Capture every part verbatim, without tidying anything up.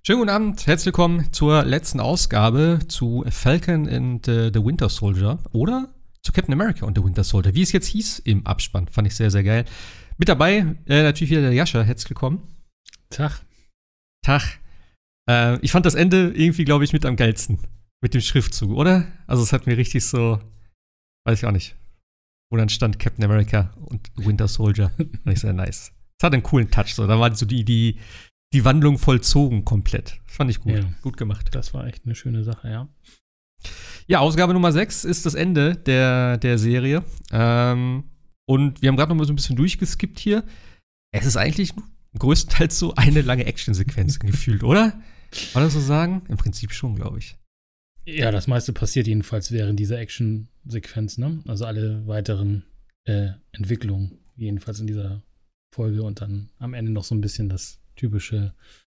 Schönen guten Abend, herzlich willkommen zur letzten Ausgabe zu Falcon and uh, the Winter Soldier oder zu Captain America und the Winter Soldier, wie es jetzt hieß im Abspann. Fand ich sehr, sehr geil. Mit dabei äh, natürlich wieder der Jascha, herzlich willkommen. Tag. Tag. Äh, ich fand das Ende irgendwie, glaube ich, mit am geilsten. Mit dem Schriftzug, oder? Also es hat mir richtig so, weiß ich auch nicht, wo dann stand Captain America und Winter Soldier. Fand ich sehr nice. Es hat einen coolen Touch, so. Da war so die, die Die Wandlung vollzogen komplett. Das fand ich gut. Ja, gut gemacht. Das war echt eine schöne Sache, ja. Ja, Ausgabe Nummer sechs ist das Ende der, der Serie. Ähm, und wir haben gerade noch mal so ein bisschen durchgeskippt hier. Es ist eigentlich größtenteils so eine lange Actionsequenz gefühlt, oder? Kann man das so sagen? Im Prinzip schon, glaube ich. Ja, das meiste passiert jedenfalls während dieser Actionsequenz, ne? Also alle weiteren äh, Entwicklungen, jedenfalls in dieser Folge. Und dann am Ende noch so ein bisschen das typische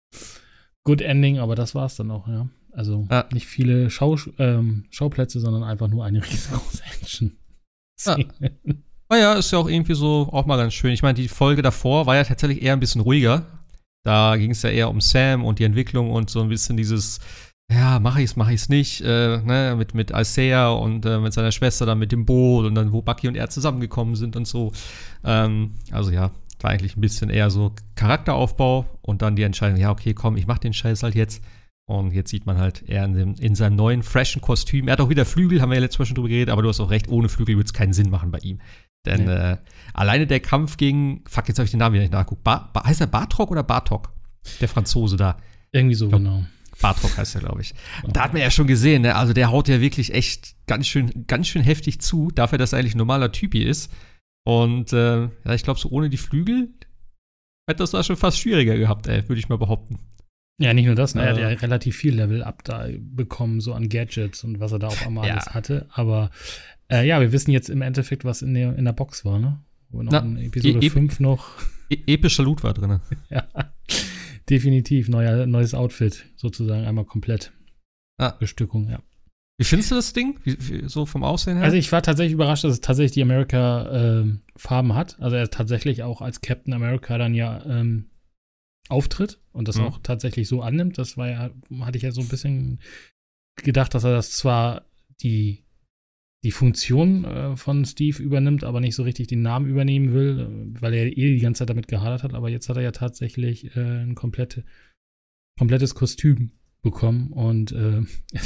Good Ending, aber das war's dann auch, ja. Also ah. nicht viele Schau, ähm, Schauplätze, sondern einfach nur eine riesengroße Action. Ah. Naja, ist ja auch irgendwie so auch mal ganz schön. Ich meine, die Folge davor war ja tatsächlich eher ein bisschen ruhiger. Da ging es ja eher um Sam und die Entwicklung und so ein bisschen dieses, ja, mach ich's, mach ich's nicht, äh, ne, mit, mit Isaiah und äh, mit seiner Schwester dann mit dem Boot und dann, wo Bucky und er zusammengekommen sind und so. Ähm, also ja, war eigentlich ein bisschen eher so Charakteraufbau und dann die Entscheidung, ja, okay, komm, ich mach den Scheiß halt jetzt. Und jetzt sieht man halt eher in, dem, in seinem neuen, freshen Kostüm. Er hat auch wieder Flügel, haben wir ja letztes Mal schon drüber geredet, aber du hast auch recht, ohne Flügel würde es keinen Sinn machen bei ihm. Denn ja. äh, alleine der Kampf gegen, fuck, jetzt habe ich den Namen wieder nicht nachgeguckt, ba- ba- heißt er Bartok oder Bartok? Der Franzose da. Irgendwie so, glaub, genau. Bartok heißt er, glaube ich. Und da hat man ja schon gesehen, ne? Also der haut ja wirklich echt ganz schön, ganz schön heftig zu, dafür, dass er eigentlich ein normaler Typi ist. Und äh, ja, ich glaube, so ohne die Flügel hätte das da schon fast schwieriger gehabt, ey, würde ich mal behaupten. Ja, nicht nur das, ne? Er hat ja relativ viel Level-Up da bekommen, so an Gadgets und was er da auf einmal alles ja. hatte. Aber äh, ja, wir wissen jetzt im Endeffekt, was in der, in der Box war, ne? Wo noch Na, in Episode e- fünf noch e- epischer Loot war drin. Ja, definitiv. Neuer, neues Outfit, sozusagen, einmal komplett. Ah. Bestückung, ja. Wie findest du das Ding? Wie, wie, so vom Aussehen her? Also ich war tatsächlich überrascht, dass es tatsächlich die America-Farben ähm, hat. Also er tatsächlich auch als Captain America dann ja ähm, auftritt und das mhm. auch tatsächlich so annimmt. Das war ja, hatte ich ja so ein bisschen gedacht, dass er das zwar die, die Funktion äh, von Steve übernimmt, aber nicht so richtig den Namen übernehmen will, weil er eh die ganze Zeit damit gehadert hat. Aber jetzt hat er ja tatsächlich äh, ein komplette, komplettes Kostüm bekommen und äh,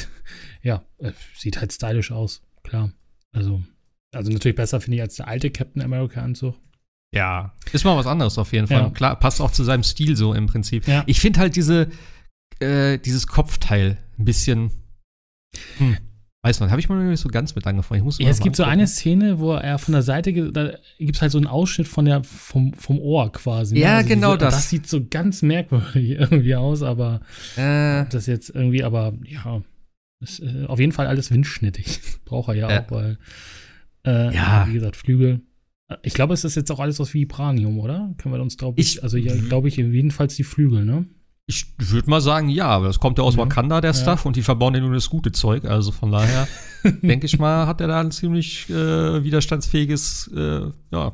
ja, äh, sieht halt stylisch aus, klar. Also, also natürlich besser, finde ich, als der alte Captain America-Anzug. Ja, ist mal was anderes auf jeden Fall. Ja. Klar, passt auch zu seinem Stil so im Prinzip. Ja. Ich finde halt diese, äh, dieses Kopfteil ein bisschen, hm, weiß man, habe ich mal nicht so ganz mit angefangen. Ich muss ja, es gibt so eine Szene, wo er von der Seite, ge- da gibt es halt so einen Ausschnitt von der, vom, vom Ohr quasi. Ne? Ja, also genau diese, das. Das sieht so ganz merkwürdig irgendwie aus, aber Äh, das jetzt irgendwie, aber ja, ist äh, auf jeden Fall alles windschnittig. Braucht er ja Äh. auch, weil, äh, Ja. wie gesagt, Flügel. Ich glaube, es ist jetzt auch alles aus Vibranium, oder? Können wir uns, glaube ich, Ich- also ja, glaube ich, jedenfalls die Flügel, ne? ich würde mal sagen, ja, aber das kommt ja aus Ja. Wakanda, der Ja. Stuff, und die verbauen ja nur das gute Zeug. Also von daher, denke ich mal, hat er da ein ziemlich äh, widerstandsfähiges äh, ja,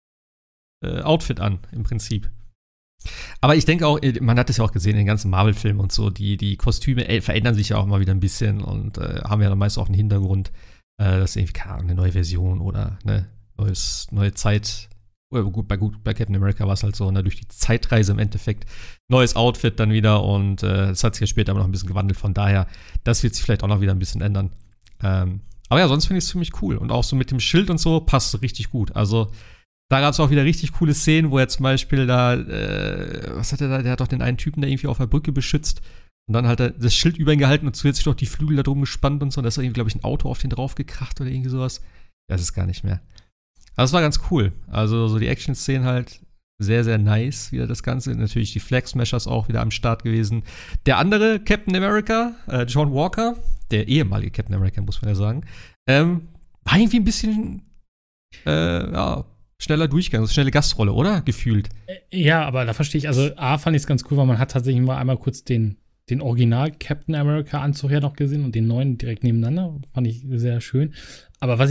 äh, Outfit an, im Prinzip. Aber ich denke auch, man hat es ja auch gesehen in den ganzen Marvel-Filmen und so, die, die Kostüme äh, verändern sich ja auch mal wieder ein bisschen und äh, haben ja dann meist auch einen Hintergrund, äh, dass irgendwie, keine Ahnung, eine neue Version oder eine neues, neue Zeit. Oder gut, bei, gut, bei Captain America war es halt so, ne, durch die Zeitreise im Endeffekt. Neues Outfit dann wieder und es äh, hat sich ja später aber noch ein bisschen gewandelt. Von daher, das wird sich vielleicht auch noch wieder ein bisschen ändern. Ähm, aber ja, sonst finde ich es ziemlich cool. Und auch so mit dem Schild und so passt richtig gut. Also, da gab es auch wieder richtig coole Szenen, wo er zum Beispiel da, äh, was hat er da, der hat doch den einen Typen, der irgendwie auf der Brücke beschützt. Und dann hat er das Schild über ihn gehalten und zusätzlich noch die Flügel da drum gespannt und so. Und da ist irgendwie, glaube ich, ein Auto auf den draufgekracht oder irgendwie sowas. Das ist gar nicht mehr. Aber es war ganz cool. Also so die Action-Szenen halt sehr, sehr nice, wieder das Ganze. Natürlich die Flag Smashers auch wieder am Start gewesen. Der andere Captain America, äh, John Walker, der ehemalige Captain America, muss man ja sagen, ähm, war irgendwie ein bisschen äh, ja, schneller Durchgang, also schnelle Gastrolle, oder? Gefühlt. Ja, aber da verstehe ich, also A, fand ich es ganz cool, weil man hat tatsächlich mal einmal kurz den, den Original Captain America Anzug ja noch gesehen und den neuen direkt nebeneinander. Fand ich sehr schön. Aber was ich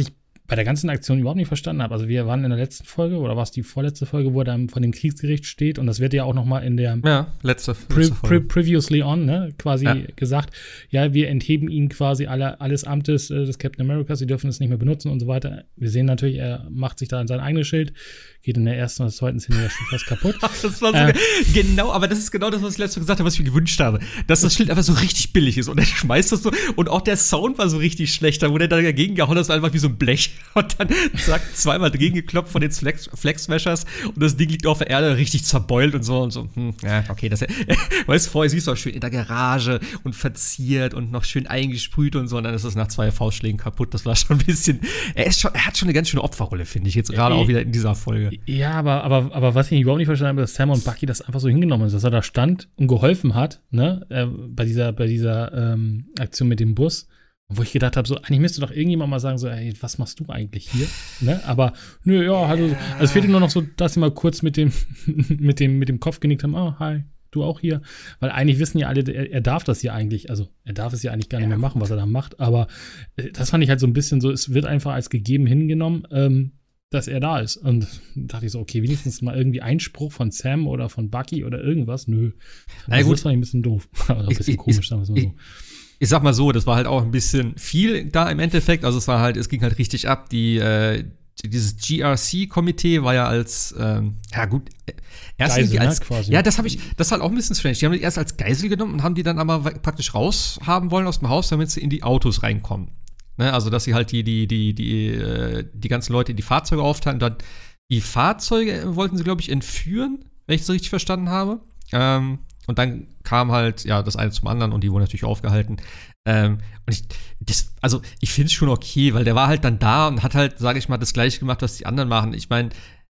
bei der ganzen Aktion überhaupt nicht verstanden habe. Also wir waren in der letzten Folge, oder war es die vorletzte Folge, wo er dann von dem Kriegsgericht steht und das wird ja auch noch mal in der ja, letzte, letzte pre, Folge. Pre, Previously On, ne, quasi ja. gesagt, ja, wir entheben ihn quasi alle, alles Amtes äh, des Captain America, sie dürfen es nicht mehr benutzen und so weiter. Wir sehen natürlich, er macht sich da sein eigenes Schild, geht in der ersten oder zweiten Szene ja schon fast kaputt. Das war so äh, genau, aber das ist genau das, was ich letztes Mal gesagt habe, was ich mir gewünscht habe, dass das Schild einfach so richtig billig ist und er schmeißt das so und auch der Sound war so richtig schlecht, da wurde er da dagegen gehauen, das war einfach wie so ein Blech und dann zack, zweimal dagegen geklopft von den Flex, Flex Smashers und das Ding liegt auf der Erde richtig zerbeult und so und so, hm, ja, okay, das, weißt du, vorher siehst du auch schön in der Garage und verziert und noch schön eingesprüht und so und dann ist das nach zwei Faustschlägen kaputt, das war schon ein bisschen, er ist schon, er hat schon eine ganz schöne Opferrolle, finde ich, jetzt gerade auch wieder in dieser Folge. Ja, aber, aber, aber was ich überhaupt nicht verstanden habe, dass Sam und Bucky das einfach so hingenommen haben, dass er da stand und geholfen hat, ne, äh, bei dieser, bei dieser ähm, Aktion mit dem Bus. Wo ich gedacht habe, so, eigentlich müsste doch irgendjemand mal sagen, so, ey, was machst du eigentlich hier? Ne? Aber, nö, ja, also, also es fehlte nur noch so, dass sie mal kurz mit dem, mit dem, mit dem Kopf genickt haben, oh, hi, du auch hier. Weil eigentlich wissen ja alle, er, er darf das ja eigentlich, also, er darf es ja eigentlich gar nicht mehr machen, was er da macht. Aber äh, das fand ich halt so ein bisschen so, es wird einfach als gegeben hingenommen, ähm, dass er da ist. Und da dachte ich so, okay, wenigstens mal irgendwie Einspruch von Sam oder von Bucky oder irgendwas. Nö. Na also, gut. Das fand ich ein bisschen doof. Also ein bisschen ich, komisch, ich, sagen wir es mal so. Ich sag mal so, das war halt auch ein bisschen viel da im Endeffekt. Also es war halt, es ging halt richtig ab. Die, äh, dieses G R C-Komitee war ja als, ähm, ja gut, erst Geisel, irgendwie als, ne, quasi. Ja, das habe ich, das war halt auch ein bisschen strange. Die haben die erst als Geisel genommen und haben die dann aber praktisch raushaben wollen aus dem Haus, damit sie in die Autos reinkommen. Ne? Also dass sie halt die, die, die, die, äh, die ganzen Leute in die Fahrzeuge aufteilen. Und dann die Fahrzeuge wollten sie, glaube ich, entführen, wenn ich es so richtig verstanden habe. Ähm, Und dann kam halt, ja, das eine zum anderen und die wurden natürlich aufgehalten. Ähm, und ich, das, also ich finde es schon okay, weil der war halt dann da und hat halt, sage ich mal, das Gleiche gemacht, was die anderen machen. Ich meine,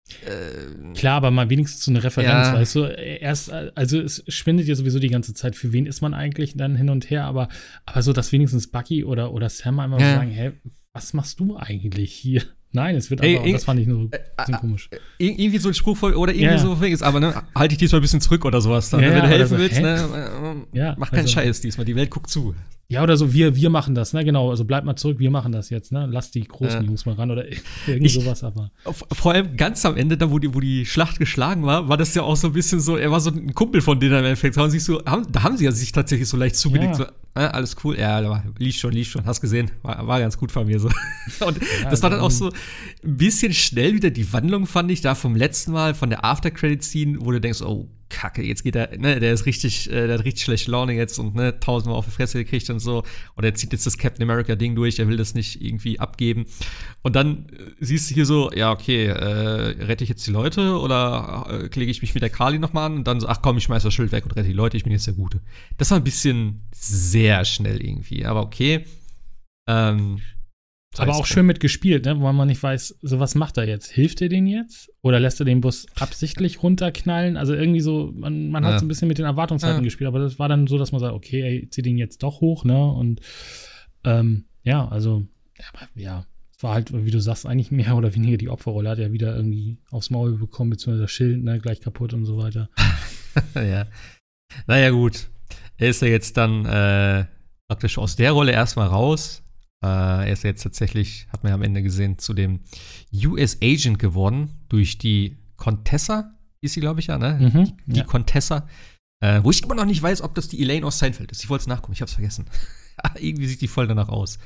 äh, klar, aber mal wenigstens so eine Referenz, ja. weißt du, erst, also es schwindet ja sowieso die ganze Zeit, für wen ist man eigentlich dann hin und her, aber, aber so, dass wenigstens Bucky oder, oder Sam einmal ja. sagen, hä, was machst du eigentlich hier? Nein, es wird Ey, einfach, ey, das fand ich nur so äh, ein bisschen komisch. Äh, irgendwie so ein Spruch oder irgendwie ja. so ist, aber ne, halte ich diesmal ein bisschen zurück oder sowas. Dann, ja, wenn du helfen so, willst, hä? ne, äh, ja, mach keinen also, Scheiß diesmal, die Welt guckt zu. Ja, oder so, wir, wir machen das, ne, genau, also bleib mal zurück, wir machen das jetzt, ne, lass die großen äh, Jungs mal ran oder irgendwie ich, sowas, aber. Vor allem ganz am Ende, da wo die, wo die Schlacht geschlagen war, war das ja auch so ein bisschen so, er war so ein Kumpel von denen im Endeffekt, haben sich so, haben, da haben sie ja sich tatsächlich so leicht zugelegt, ja. so, äh, alles cool, ja, lief schon, lief schon, hast gesehen, war, war ganz gut von mir so. Und ja, das war dann also, auch so ein bisschen schnell wieder die Wandlung, fand ich, da vom letzten Mal, von der After-Credit-Scene, wo du denkst, oh, Kacke, jetzt geht er, ne, der ist richtig, äh, der hat richtig schlechte Laune jetzt und ne, tausendmal auf die Fresse gekriegt und so. Und er zieht jetzt das Captain America-Ding durch, er will das nicht irgendwie abgeben. Und dann äh, siehst du hier so, ja, okay, äh, rette ich jetzt die Leute oder äh, klicke ich mich mit der Kali nochmal an und dann so, ach komm, ich schmeiß das Schild weg und rette die Leute, ich bin jetzt der Gute. Das war ein bisschen sehr schnell irgendwie, aber okay. Ähm, Aber auch schön mitgespielt, ne? Wo man nicht weiß, so was macht er jetzt? Hilft er den jetzt? Oder lässt er den Bus absichtlich runterknallen? Also irgendwie so, man, man ja. hat so ein bisschen mit den Erwartungshalten ja. gespielt, aber das war dann so, dass man sagt, okay, ey, zieh den jetzt doch hoch, ne? Und ähm, ja, also, ja, es war halt, wie du sagst, eigentlich mehr oder weniger die Opferrolle. Hat ja wieder irgendwie aufs Maul bekommen, beziehungsweise das Schild, ne, gleich kaputt und so weiter. ja. Naja, gut. Er ist ja jetzt dann äh, praktisch aus der Rolle erstmal raus. Er ist jetzt tatsächlich, hat man ja am Ende gesehen, zu dem U S Agent geworden durch die Contessa, ist sie, glaube ich, ja, ne? Mhm, die die ja. Contessa. Äh, wo ich immer noch nicht weiß, ob das die Elaine aus Seinfeld ist. Ich wollte es nachgucken, ich habe es vergessen. Irgendwie sieht die voll danach aus.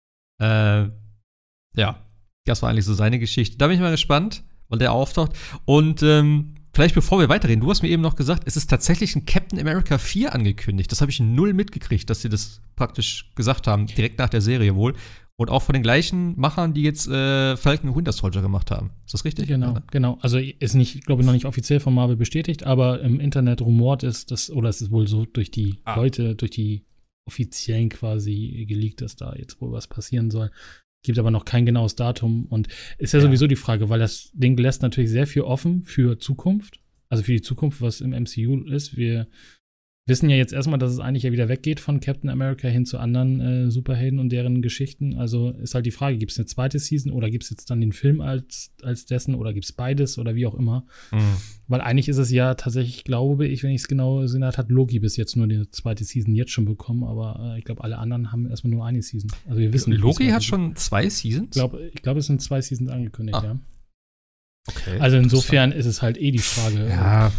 Äh, ja, das war eigentlich so seine Geschichte. Da bin ich mal gespannt, weil der auftaucht. Und ähm, vielleicht bevor wir weiterreden, du hast mir eben noch gesagt, es ist tatsächlich ein Captain America vier angekündigt. Das habe ich null mitgekriegt, dass sie das praktisch gesagt haben, direkt nach der Serie wohl. Und auch von den gleichen Machern, die jetzt äh, Falcon und Winter Soldier gemacht haben. Ist das richtig? Genau, ja. genau. Also ist nicht, glaube ich, noch nicht offiziell von Marvel bestätigt, aber im Internet rumort ist das, oder es ist wohl so durch die ah. Leute, durch die Offiziellen quasi geleakt, dass da jetzt wohl was passieren soll. Gibt aber noch kein genaues Datum und ist ja, ja sowieso die Frage, weil das Ding lässt natürlich sehr viel offen für Zukunft, also für die Zukunft, was im M C U ist. Wir wissen ja jetzt erstmal, dass es eigentlich ja wieder weggeht von Captain America hin zu anderen äh, Superhelden und deren Geschichten. Also ist halt die Frage, gibt es eine zweite Season oder gibt es jetzt dann den Film als, als dessen oder gibt es beides oder wie auch immer? Mhm. Weil eigentlich ist es ja tatsächlich, glaube ich, wenn ich es genau gesehen habe, hat Loki bis jetzt nur die zweite Season jetzt schon bekommen, aber äh, ich glaube, alle anderen haben erstmal nur eine Season. Also wir wissen nicht, Loki hat schon zwei Seasons? Ich glaube, ich glaub, es sind zwei Seasons angekündigt, ah. ja. Okay. Also insofern ist es halt eh die Frage. Ja.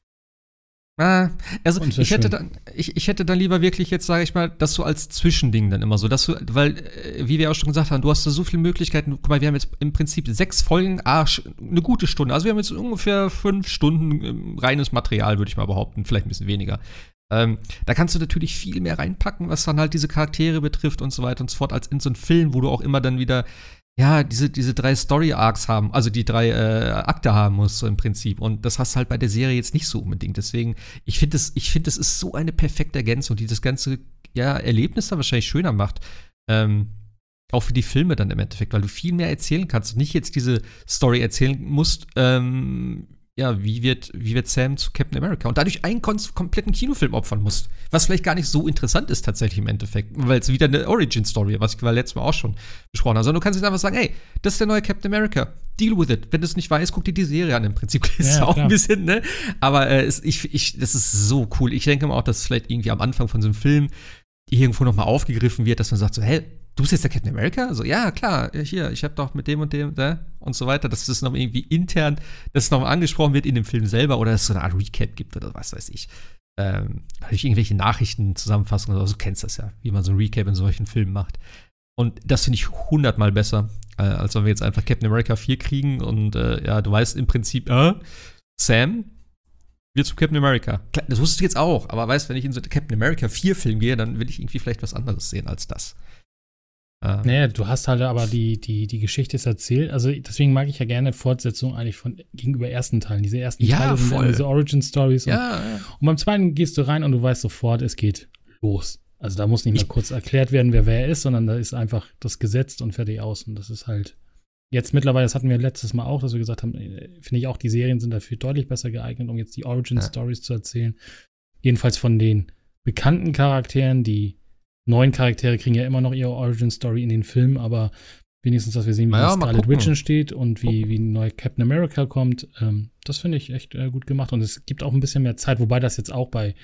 Ah, also ich hätte, dann, ich, ich hätte dann lieber wirklich jetzt, sage ich mal, das so als Zwischending dann immer so, dass du, weil, äh, wie wir auch schon gesagt haben, du hast da so viele Möglichkeiten. Guck mal, wir haben jetzt im Prinzip sechs Folgen, ah, eine gute Stunde. Also wir haben jetzt ungefähr fünf Stunden ähm, reines Material, würde ich mal behaupten, vielleicht ein bisschen weniger. Ähm, da kannst du natürlich viel mehr reinpacken, was dann halt diese Charaktere betrifft und so weiter und so fort, als in so einem Film, wo du auch immer dann wieder ja, diese, diese drei Story-Arcs haben, also die drei äh, Akte haben musst, so im Prinzip. Und das hast du halt bei der Serie jetzt nicht so unbedingt. Deswegen, ich finde, das, ich find, das ist so eine perfekte Ergänzung, die das ganze ja, Erlebnis dann wahrscheinlich schöner macht. Ähm, auch für die Filme dann im Endeffekt, weil du viel mehr erzählen kannst und nicht jetzt diese Story erzählen musst, ähm, ja, wie wird, wie wird Sam zu Captain America? Und dadurch einen kon- kompletten Kinofilm opfern musst. Was vielleicht gar nicht so interessant ist tatsächlich im Endeffekt. Weil es wieder eine Origin-Story, was ich letztes Mal auch schon besprochen habe. Sondern du kannst jetzt einfach sagen, ey, das ist der neue Captain America. Deal with it. Wenn du es nicht weißt, guck dir die Serie an. Im Prinzip ist es ja, auch klar. Ein bisschen, ne? Aber äh, es, ich, ich, das ist so cool. Ich denke mal auch, dass es vielleicht irgendwie am Anfang von so einem Film irgendwo noch mal aufgegriffen wird, dass man sagt so, hey, du bist jetzt der Captain America? So, ja, klar, hier, ich habe doch mit dem und dem, ne? Und so weiter, dass das noch irgendwie intern, dass es nochmal angesprochen wird in dem Film selber oder dass es so eine Art Recap gibt oder was weiß ich. Ähm, durch irgendwelche Nachrichten zusammenfassen oder so, du kennst das ja, wie man so ein Recap in solchen Filmen macht. Und das finde ich hundertmal besser, äh, als wenn wir jetzt einfach Captain America vier kriegen und äh, ja, du weißt im Prinzip, äh, Sam wird zu Captain America. Klar, das wusstest du jetzt auch, aber weißt, wenn ich in so einen Captain America vier Film gehe, dann will ich irgendwie vielleicht was anderes sehen als das. Ähm. Naja, du hast halt aber die, die, die Geschichte ist erzählt. Also deswegen mag ich ja gerne Fortsetzung eigentlich von gegenüber ersten Teilen. Diese ersten ja, Teile sind dann diese Origin-Stories. Ja, und, ja. und beim zweiten gehst du rein und du weißt sofort, es geht los. Also da muss nicht mehr kurz erklärt werden, wer wer ist, sondern da ist einfach das gesetzt und fertig aus. Und das ist halt jetzt mittlerweile, das hatten wir letztes Mal auch, dass wir gesagt haben, finde ich auch, die Serien sind dafür deutlich besser geeignet, um jetzt die Origin-Stories ja. zu erzählen. Jedenfalls von den bekannten Charakteren, die neuen Charaktere kriegen ja immer noch ihre Origin-Story in den Filmen, aber wenigstens, dass wir sehen, wie ja, Scarlet Witch entsteht und wie, wie ein neuer Captain America kommt, ähm, das finde ich echt äh, gut gemacht. Und es gibt auch ein bisschen mehr Zeit, wobei das jetzt auch bei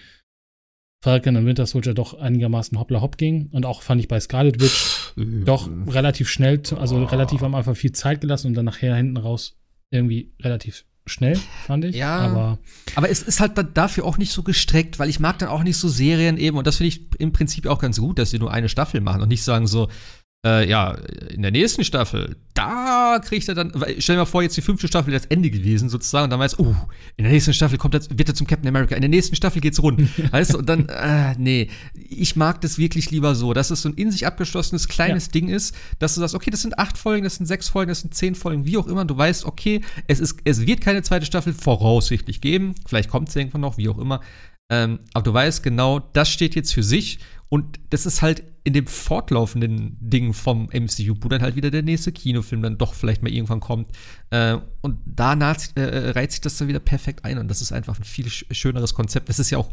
Falcon und Winter Soldier doch einigermaßen hoppla hopp ging. Und auch fand ich bei Scarlet Witch doch relativ schnell, also relativ am Anfang viel Zeit gelassen und dann nachher hinten raus irgendwie relativ schnell, fand ich. Ja, aber, aber es ist halt dann dafür auch nicht so gestreckt, weil ich mag dann auch nicht so Serien eben, und das finde ich im Prinzip auch ganz gut, dass sie nur eine Staffel machen und nicht sagen so, äh, ja, in der nächsten Staffel, da kriegt er dann, stell dir mal vor, jetzt die fünfte Staffel das Ende gewesen sozusagen und dann weißt du, oh, in der nächsten Staffel kommt er, wird er zum Captain America, in der nächsten Staffel geht's rund, weißt du, und dann, äh, nee, ich mag das wirklich lieber so, dass es so ein in sich abgeschlossenes kleines ja. Ding ist, dass du sagst, okay, das sind acht Folgen, das sind sechs Folgen, das sind zehn Folgen, wie auch immer, du weißt, okay, es ist, es wird keine zweite Staffel voraussichtlich geben, vielleicht kommt es irgendwann noch, wie auch immer, ähm, aber du weißt genau, das steht jetzt für sich. Und das ist halt in dem fortlaufenden Ding vom M C U, wo dann halt wieder der nächste Kinofilm dann doch vielleicht mal irgendwann kommt. Äh, und danach äh, reiht sich das dann wieder perfekt ein. Und das ist einfach ein viel sch- schöneres Konzept. Das ist ja auch,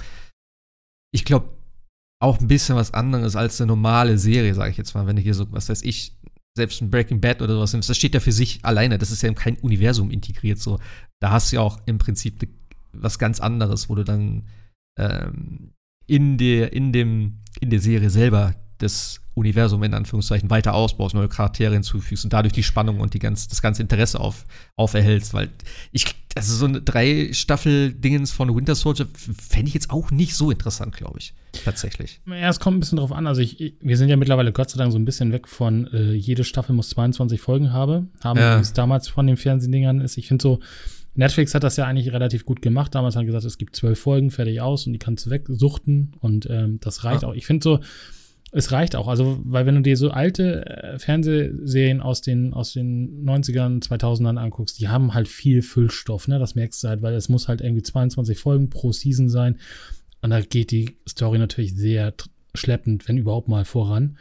ich glaube, auch ein bisschen was anderes als eine normale Serie, sage ich jetzt mal. Wenn du hier so, was weiß ich, selbst ein Breaking Bad oder sowas nimmst, das steht ja für sich alleine. Das ist ja in kein Universum integriert. So. Da hast du ja auch im Prinzip was ganz anderes, wo du dann ähm, in der, in dem, in der Serie selber das Universum in Anführungszeichen weiter ausbaust, neue Charaktere hinzufügst und dadurch die Spannung und die ganz, das ganze Interesse auf, auferhältst, weil ich, also so eine Drei-Staffel-Dingens von Winter Soldier fände ich jetzt auch nicht so interessant, glaube ich, tatsächlich. Ja, es kommt ein bisschen drauf an, also ich, wir sind ja mittlerweile Gott sei Dank so ein bisschen weg von, äh, jede Staffel muss zweiundzwanzig Folgen habe, haben, ja. wie es damals von den Fernsehdingern ist. Ich finde so, Netflix hat das ja eigentlich relativ gut gemacht. Damals haben gesagt, es gibt zwölf Folgen, fertig aus und die kannst du wegsuchten und ähm, das reicht ja. auch. Ich finde so, es reicht auch. Also, weil wenn du dir so alte äh, Fernsehserien aus den, aus den neunzigern, zweitausendern anguckst, die haben halt viel Füllstoff, ne? Das merkst du halt, weil es muss halt irgendwie zweiundzwanzig Folgen pro Season sein und da geht die Story natürlich sehr t- schleppend, wenn überhaupt mal voran.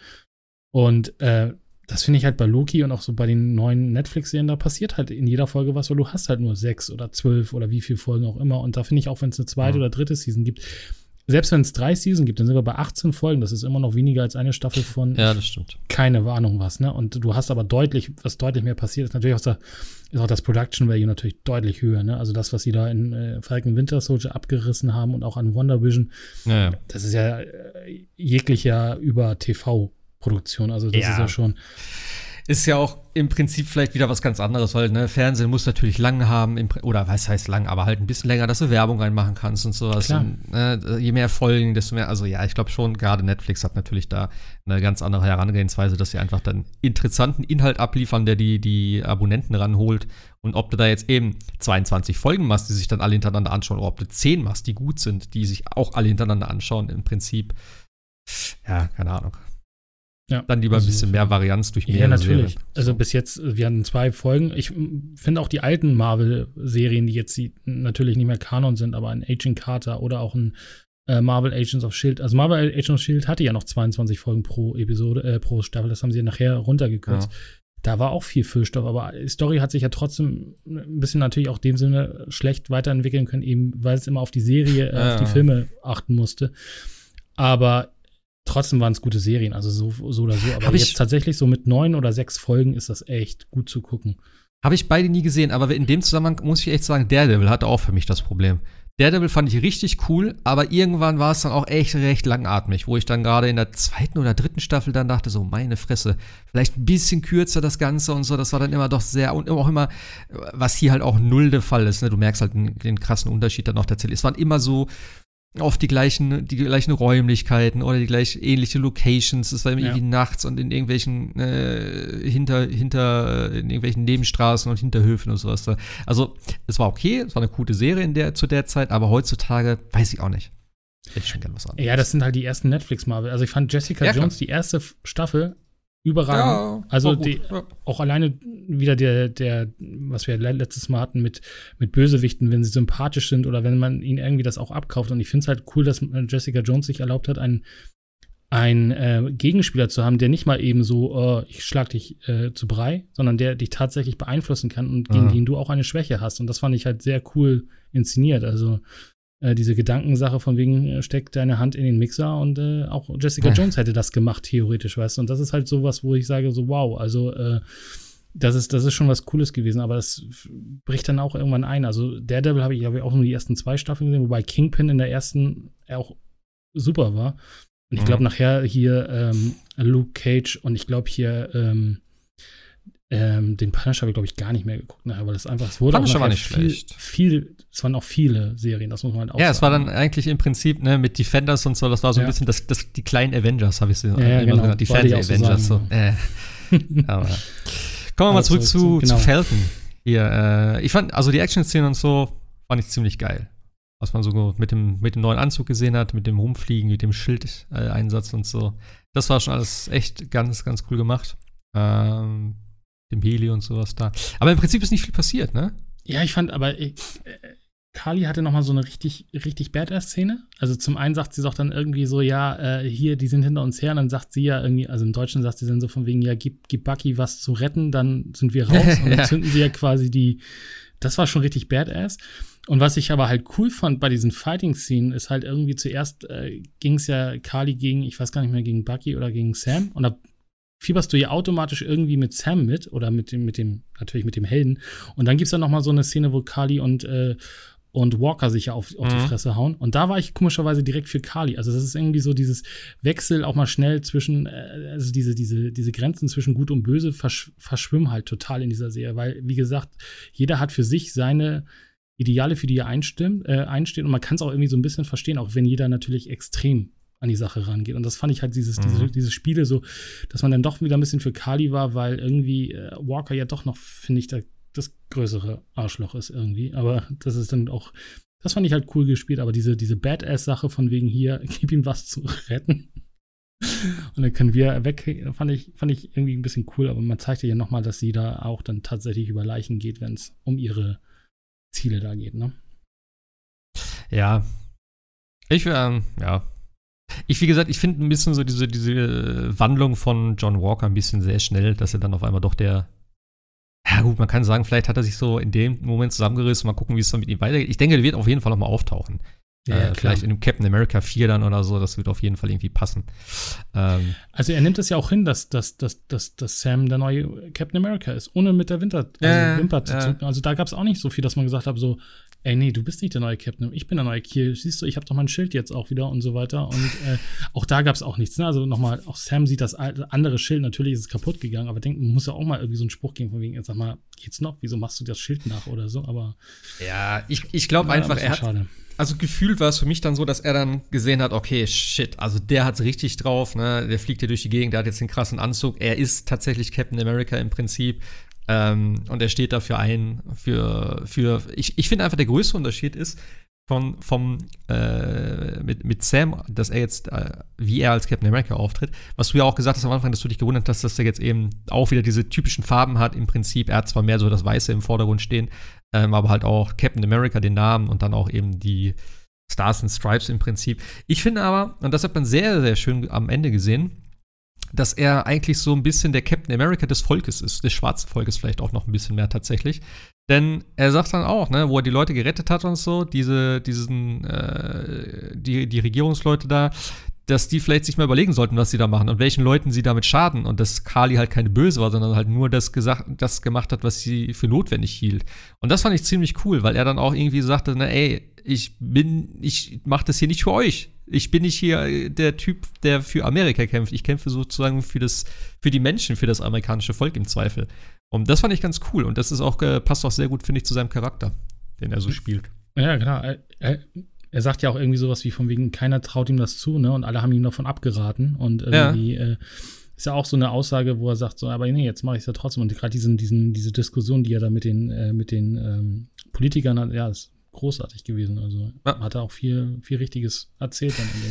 Und äh, das finde ich halt bei Loki und auch so bei den neuen Netflix-Serien, da passiert halt in jeder Folge was, weil du hast halt nur sechs oder zwölf oder wie viele Folgen auch immer. Und da finde ich auch, wenn es eine zweite mhm. oder dritte Season gibt, selbst wenn es drei Season gibt, dann sind wir bei achtzehn Folgen. Das ist immer noch weniger als eine Staffel von Ja, das stimmt. keine Warnung was, ne? Und du hast aber deutlich, was deutlich mehr passiert ist, natürlich auch, der, ist auch das Production Value natürlich deutlich höher, ne? Also das, was sie da in äh, Falcon Winter Soldier abgerissen haben und auch an Wonder Vision, Ja, ja. das ist ja äh, jeglicher über T V-Produktion. Also das Ja. ist ja schon. Ist ja auch im Prinzip vielleicht wieder was ganz anderes, weil ne, Fernsehen muss natürlich lang haben, im, Pr- oder was heißt lang, aber halt ein bisschen länger, dass du Werbung reinmachen kannst und sowas. Klar. Und, ne, je mehr Folgen, desto mehr, also ja, ich glaube schon, gerade Netflix hat natürlich da eine ganz andere Herangehensweise, dass sie einfach dann interessanten Inhalt abliefern, der die, die Abonnenten ranholt. Und ob du da jetzt eben zweiundzwanzig Folgen machst, die sich dann alle hintereinander anschauen, oder ob du zehn machst, die gut sind, die sich auch alle hintereinander anschauen, im Prinzip, ja, keine Ahnung. Ja, Dann lieber also, ein bisschen mehr Varianz durch mehrere Ja, natürlich. Serien. Also bis jetzt, wir hatten zwei Folgen. Ich m, finde auch die alten Marvel-Serien, die jetzt die natürlich nicht mehr Kanon sind, aber ein Agent Carter oder auch ein äh, Marvel Agents of S H I E L D. Also Marvel Agents of S H I E L D hatte ja noch zweiundzwanzig Folgen pro Episode, äh, pro Staffel. Das haben sie ja nachher runtergekürzt. Ja. Da war auch viel Füllstoff, aber die Story hat sich ja trotzdem ein bisschen natürlich auch in dem Sinne schlecht weiterentwickeln können, eben weil es immer auf die Serie, äh, Ja. auf die Filme achten musste. Aber trotzdem waren es gute Serien, also so, so oder so. Aber Hab jetzt ich- tatsächlich so mit neun oder sechs Folgen ist das echt gut zu gucken. Habe ich beide nie gesehen, aber in dem Zusammenhang muss ich echt sagen, Daredevil hatte auch für mich das Problem. Daredevil fand ich richtig cool, aber irgendwann war es dann auch echt recht langatmig, wo ich dann gerade in der zweiten oder dritten Staffel dann dachte, so meine Fresse, vielleicht ein bisschen kürzer das Ganze und so, das war dann immer doch sehr, und auch immer, was hier halt auch null der Fall ist, ne? Du merkst halt den, den krassen Unterschied dann noch tatsächlich. Es waren immer so oft die gleichen, die gleichen Räumlichkeiten oder die gleich ähnliche Locations. Es war immer Ja. irgendwie nachts und in irgendwelchen äh, hinter, hinter, in irgendwelchen Nebenstraßen und Hinterhöfen und sowas. Da. Also, es war okay, es war eine gute Serie in der, zu der Zeit, aber heutzutage weiß ich auch nicht. Hätte ich schon gern was anderes. Ja, das sind halt die ersten Netflix-Marvel. Also ich fand Jessica Ja, klar. Jones, die erste F- Staffel, überragend. Ja, also war gut. die, Ja. auch alleine wieder der, der, was wir le- letztes Mal hatten mit, mit Bösewichten, wenn sie sympathisch sind oder wenn man ihnen irgendwie das auch abkauft. Und ich finde es halt cool, dass äh, Jessica Jones sich erlaubt hat, einen, einen äh, Gegenspieler zu haben, der nicht mal eben so, äh, ich schlag dich äh, zu Brei, sondern der dich tatsächlich beeinflussen kann und gegen Mhm. den du auch eine Schwäche hast. Und das fand ich halt sehr cool inszeniert. Also äh, diese Gedankensache von wegen, äh, steck deine Hand in den Mixer und äh, auch Jessica Ja. Jones hätte das gemacht, theoretisch, weißt du. Und das ist halt sowas, wo ich sage, so wow, also äh, das ist, das ist schon was Cooles gewesen, aber das f- bricht dann auch irgendwann ein. Also Daredevil habe ich, hab ich auch nur die ersten zwei Staffeln gesehen, wobei Kingpin in der ersten auch super war. Und ich glaube Mhm. nachher hier ähm, Luke Cage und ich glaube hier ähm, ähm, den Punisher habe ich, glaube ich, gar nicht mehr geguckt nachher, weil es einfach, es wurde Punisher auch war nachher nicht viel, schlecht. viel, es waren auch viele Serien, das muss man halt auch Ja, es war sagen. dann eigentlich im Prinzip ne, mit Defenders und so, das war so ein Ja. bisschen das, das, die kleinen Avengers, habe ich sie ja, immer genau. genannt. Die Wollte ich auch so Fernseh-Avengers. So. sagen, Äh. Aber, kommen wir mal Aber zurück zurück zu, zu- genau. zu Falcon. Hier, äh, ich fand, also die Action-Szenen und so, fand ich ziemlich geil. Was man so mit dem, mit dem neuen Anzug gesehen hat, mit dem Rumfliegen, mit dem Schildeinsatz und so. Das war schon alles echt ganz, ganz cool gemacht. Ähm, dem Heli und sowas da. Aber im Prinzip ist nicht viel passiert, ne? Ja, ich fand, aber ich, äh, Kali hatte noch mal so eine richtig, richtig Badass-Szene. Also zum einen sagt sie doch dann irgendwie so, ja, äh, hier, die sind hinter uns her. Und dann sagt sie ja irgendwie, also im Deutschen sagt sie dann so von wegen, ja, gib, gib Bucky was zu retten, dann sind wir raus. Und dann Ja. zünden sie ja quasi die, das war schon richtig Badass. Und was ich aber halt cool fand bei diesen Fighting-Szenen, ist halt irgendwie zuerst äh, ging es ja Kali gegen, ich weiß gar nicht mehr, gegen Bucky oder gegen Sam. Und da fieberst du ja automatisch irgendwie mit Sam mit oder mit dem, mit dem, natürlich mit dem Helden. Und dann gibt's dann noch mal so eine Szene, wo Kali und, äh, und Walker sich ja auf, auf Mhm. die Fresse hauen. Und da war ich komischerweise direkt für Kali. Also das ist irgendwie so dieses Wechsel auch mal schnell zwischen, äh, also diese, diese, diese Grenzen zwischen Gut und Böse versch verschwimmen halt total in dieser Serie. Weil, wie gesagt, jeder hat für sich seine Ideale, für die er einstimmt, äh, einsteht. Und man kann es auch irgendwie so ein bisschen verstehen, auch wenn jeder natürlich extrem an die Sache rangeht. Und das fand ich halt dieses, Mhm. diese, diese Spiele so, dass man dann doch wieder ein bisschen für Kali war, weil irgendwie äh, Walker ja doch noch, finde ich, da, das größere Arschloch ist irgendwie. Aber das ist dann auch, das fand ich halt cool gespielt, aber diese, diese Badass-Sache von wegen hier, gib ihm was zu retten. Und dann können wir weg, fand ich, fand ich irgendwie ein bisschen cool, aber man zeigte ja nochmal, dass sie da auch dann tatsächlich über Leichen geht, wenn es um ihre Ziele da geht, ne? Ja. Ich, ähm, ja. Ich, wie gesagt, ich finde ein bisschen so diese, diese Wandlung von John Walker ein bisschen sehr schnell, dass er dann auf einmal doch der, ja gut, man kann sagen, vielleicht hat er sich so in dem Moment zusammengerissen, mal gucken, wie es dann mit ihm weitergeht. Ich denke, er wird auf jeden Fall noch mal auftauchen. Ja, äh, ja, vielleicht in dem Captain America vier dann oder so, das wird auf jeden Fall irgendwie passen. Ähm, also er nimmt es ja auch hin, dass, dass, dass, dass, dass Sam der neue Captain America ist, ohne mit der Winter, also Ja, Wimper zu ja. zucken. Also da gab es auch nicht so viel, dass man gesagt hat, so, ey, nee, du bist nicht der neue Captain, ich bin der neue Kiel. Siehst du, ich habe doch mein Schild jetzt auch wieder und so weiter. Und äh, auch da gab es auch nichts. Ne? Also nochmal, auch Sam sieht das alte, andere Schild, natürlich ist es kaputt gegangen, aber denkt, man muss ja auch mal irgendwie so einen Spruch geben, von wegen, jetzt sag mal, geht's noch? Wieso machst du das Schild nach oder so? Aber ja, ich, ich glaube ja, einfach, ein er hat, schade. also gefühlt war es für mich dann so, dass er dann gesehen hat, okay, shit, also der hat's richtig drauf, ne, der fliegt hier durch die Gegend, der hat jetzt den krassen Anzug, er ist tatsächlich Captain America im Prinzip, ähm, und er steht dafür ein, für, für, ich, ich finde einfach, der größte Unterschied ist, von, vom, äh, mit, mit Sam, dass er jetzt, äh, wie er als Captain America auftritt, was du ja auch gesagt hast am Anfang, dass du dich gewundert hast, dass er jetzt eben auch wieder diese typischen Farben hat im Prinzip, er hat zwar mehr so das Weiße im Vordergrund stehen, ähm, aber halt auch Captain America, den Namen und dann auch eben die Stars and Stripes im Prinzip. Ich finde aber, und das hat man sehr, sehr schön am Ende gesehen, dass er eigentlich so ein bisschen der Captain America des Volkes ist, des schwarzen Volkes vielleicht auch noch ein bisschen mehr tatsächlich. Denn er sagt dann auch, ne, wo er die Leute gerettet hat und so, diese, diesen, äh, die, die Regierungsleute da, dass die vielleicht sich mal überlegen sollten, was sie da machen und welchen Leuten sie damit schaden und dass Karli halt keine Böse war, sondern halt nur das, gesagt, das gemacht hat, was sie für notwendig hielt. Und das fand ich ziemlich cool, weil er dann auch irgendwie sagte, na ey, ich bin, ich mach das hier nicht für euch. Ich bin nicht hier der Typ, der für Amerika kämpft. Ich kämpfe sozusagen für das, für die Menschen, für das amerikanische Volk im Zweifel. Und das fand ich ganz cool. Und das ist auch, äh, passt auch sehr gut, finde ich, zu seinem Charakter, den er so spielt. Ja, klar. Er, er, er sagt ja auch irgendwie sowas wie von wegen, keiner traut ihm das zu, ne? Und alle haben ihm davon abgeraten. Und irgendwie ja. äh, ist ja auch so eine Aussage, wo er sagt, so, aber nee, jetzt mache ich es ja trotzdem. Und gerade diesen, diesen, diese Diskussion, die er da mit den, äh, mit den ähm, Politikern hat, ja, ist großartig gewesen. Also ja. Hat er auch viel, viel Richtiges erzählt dann in dem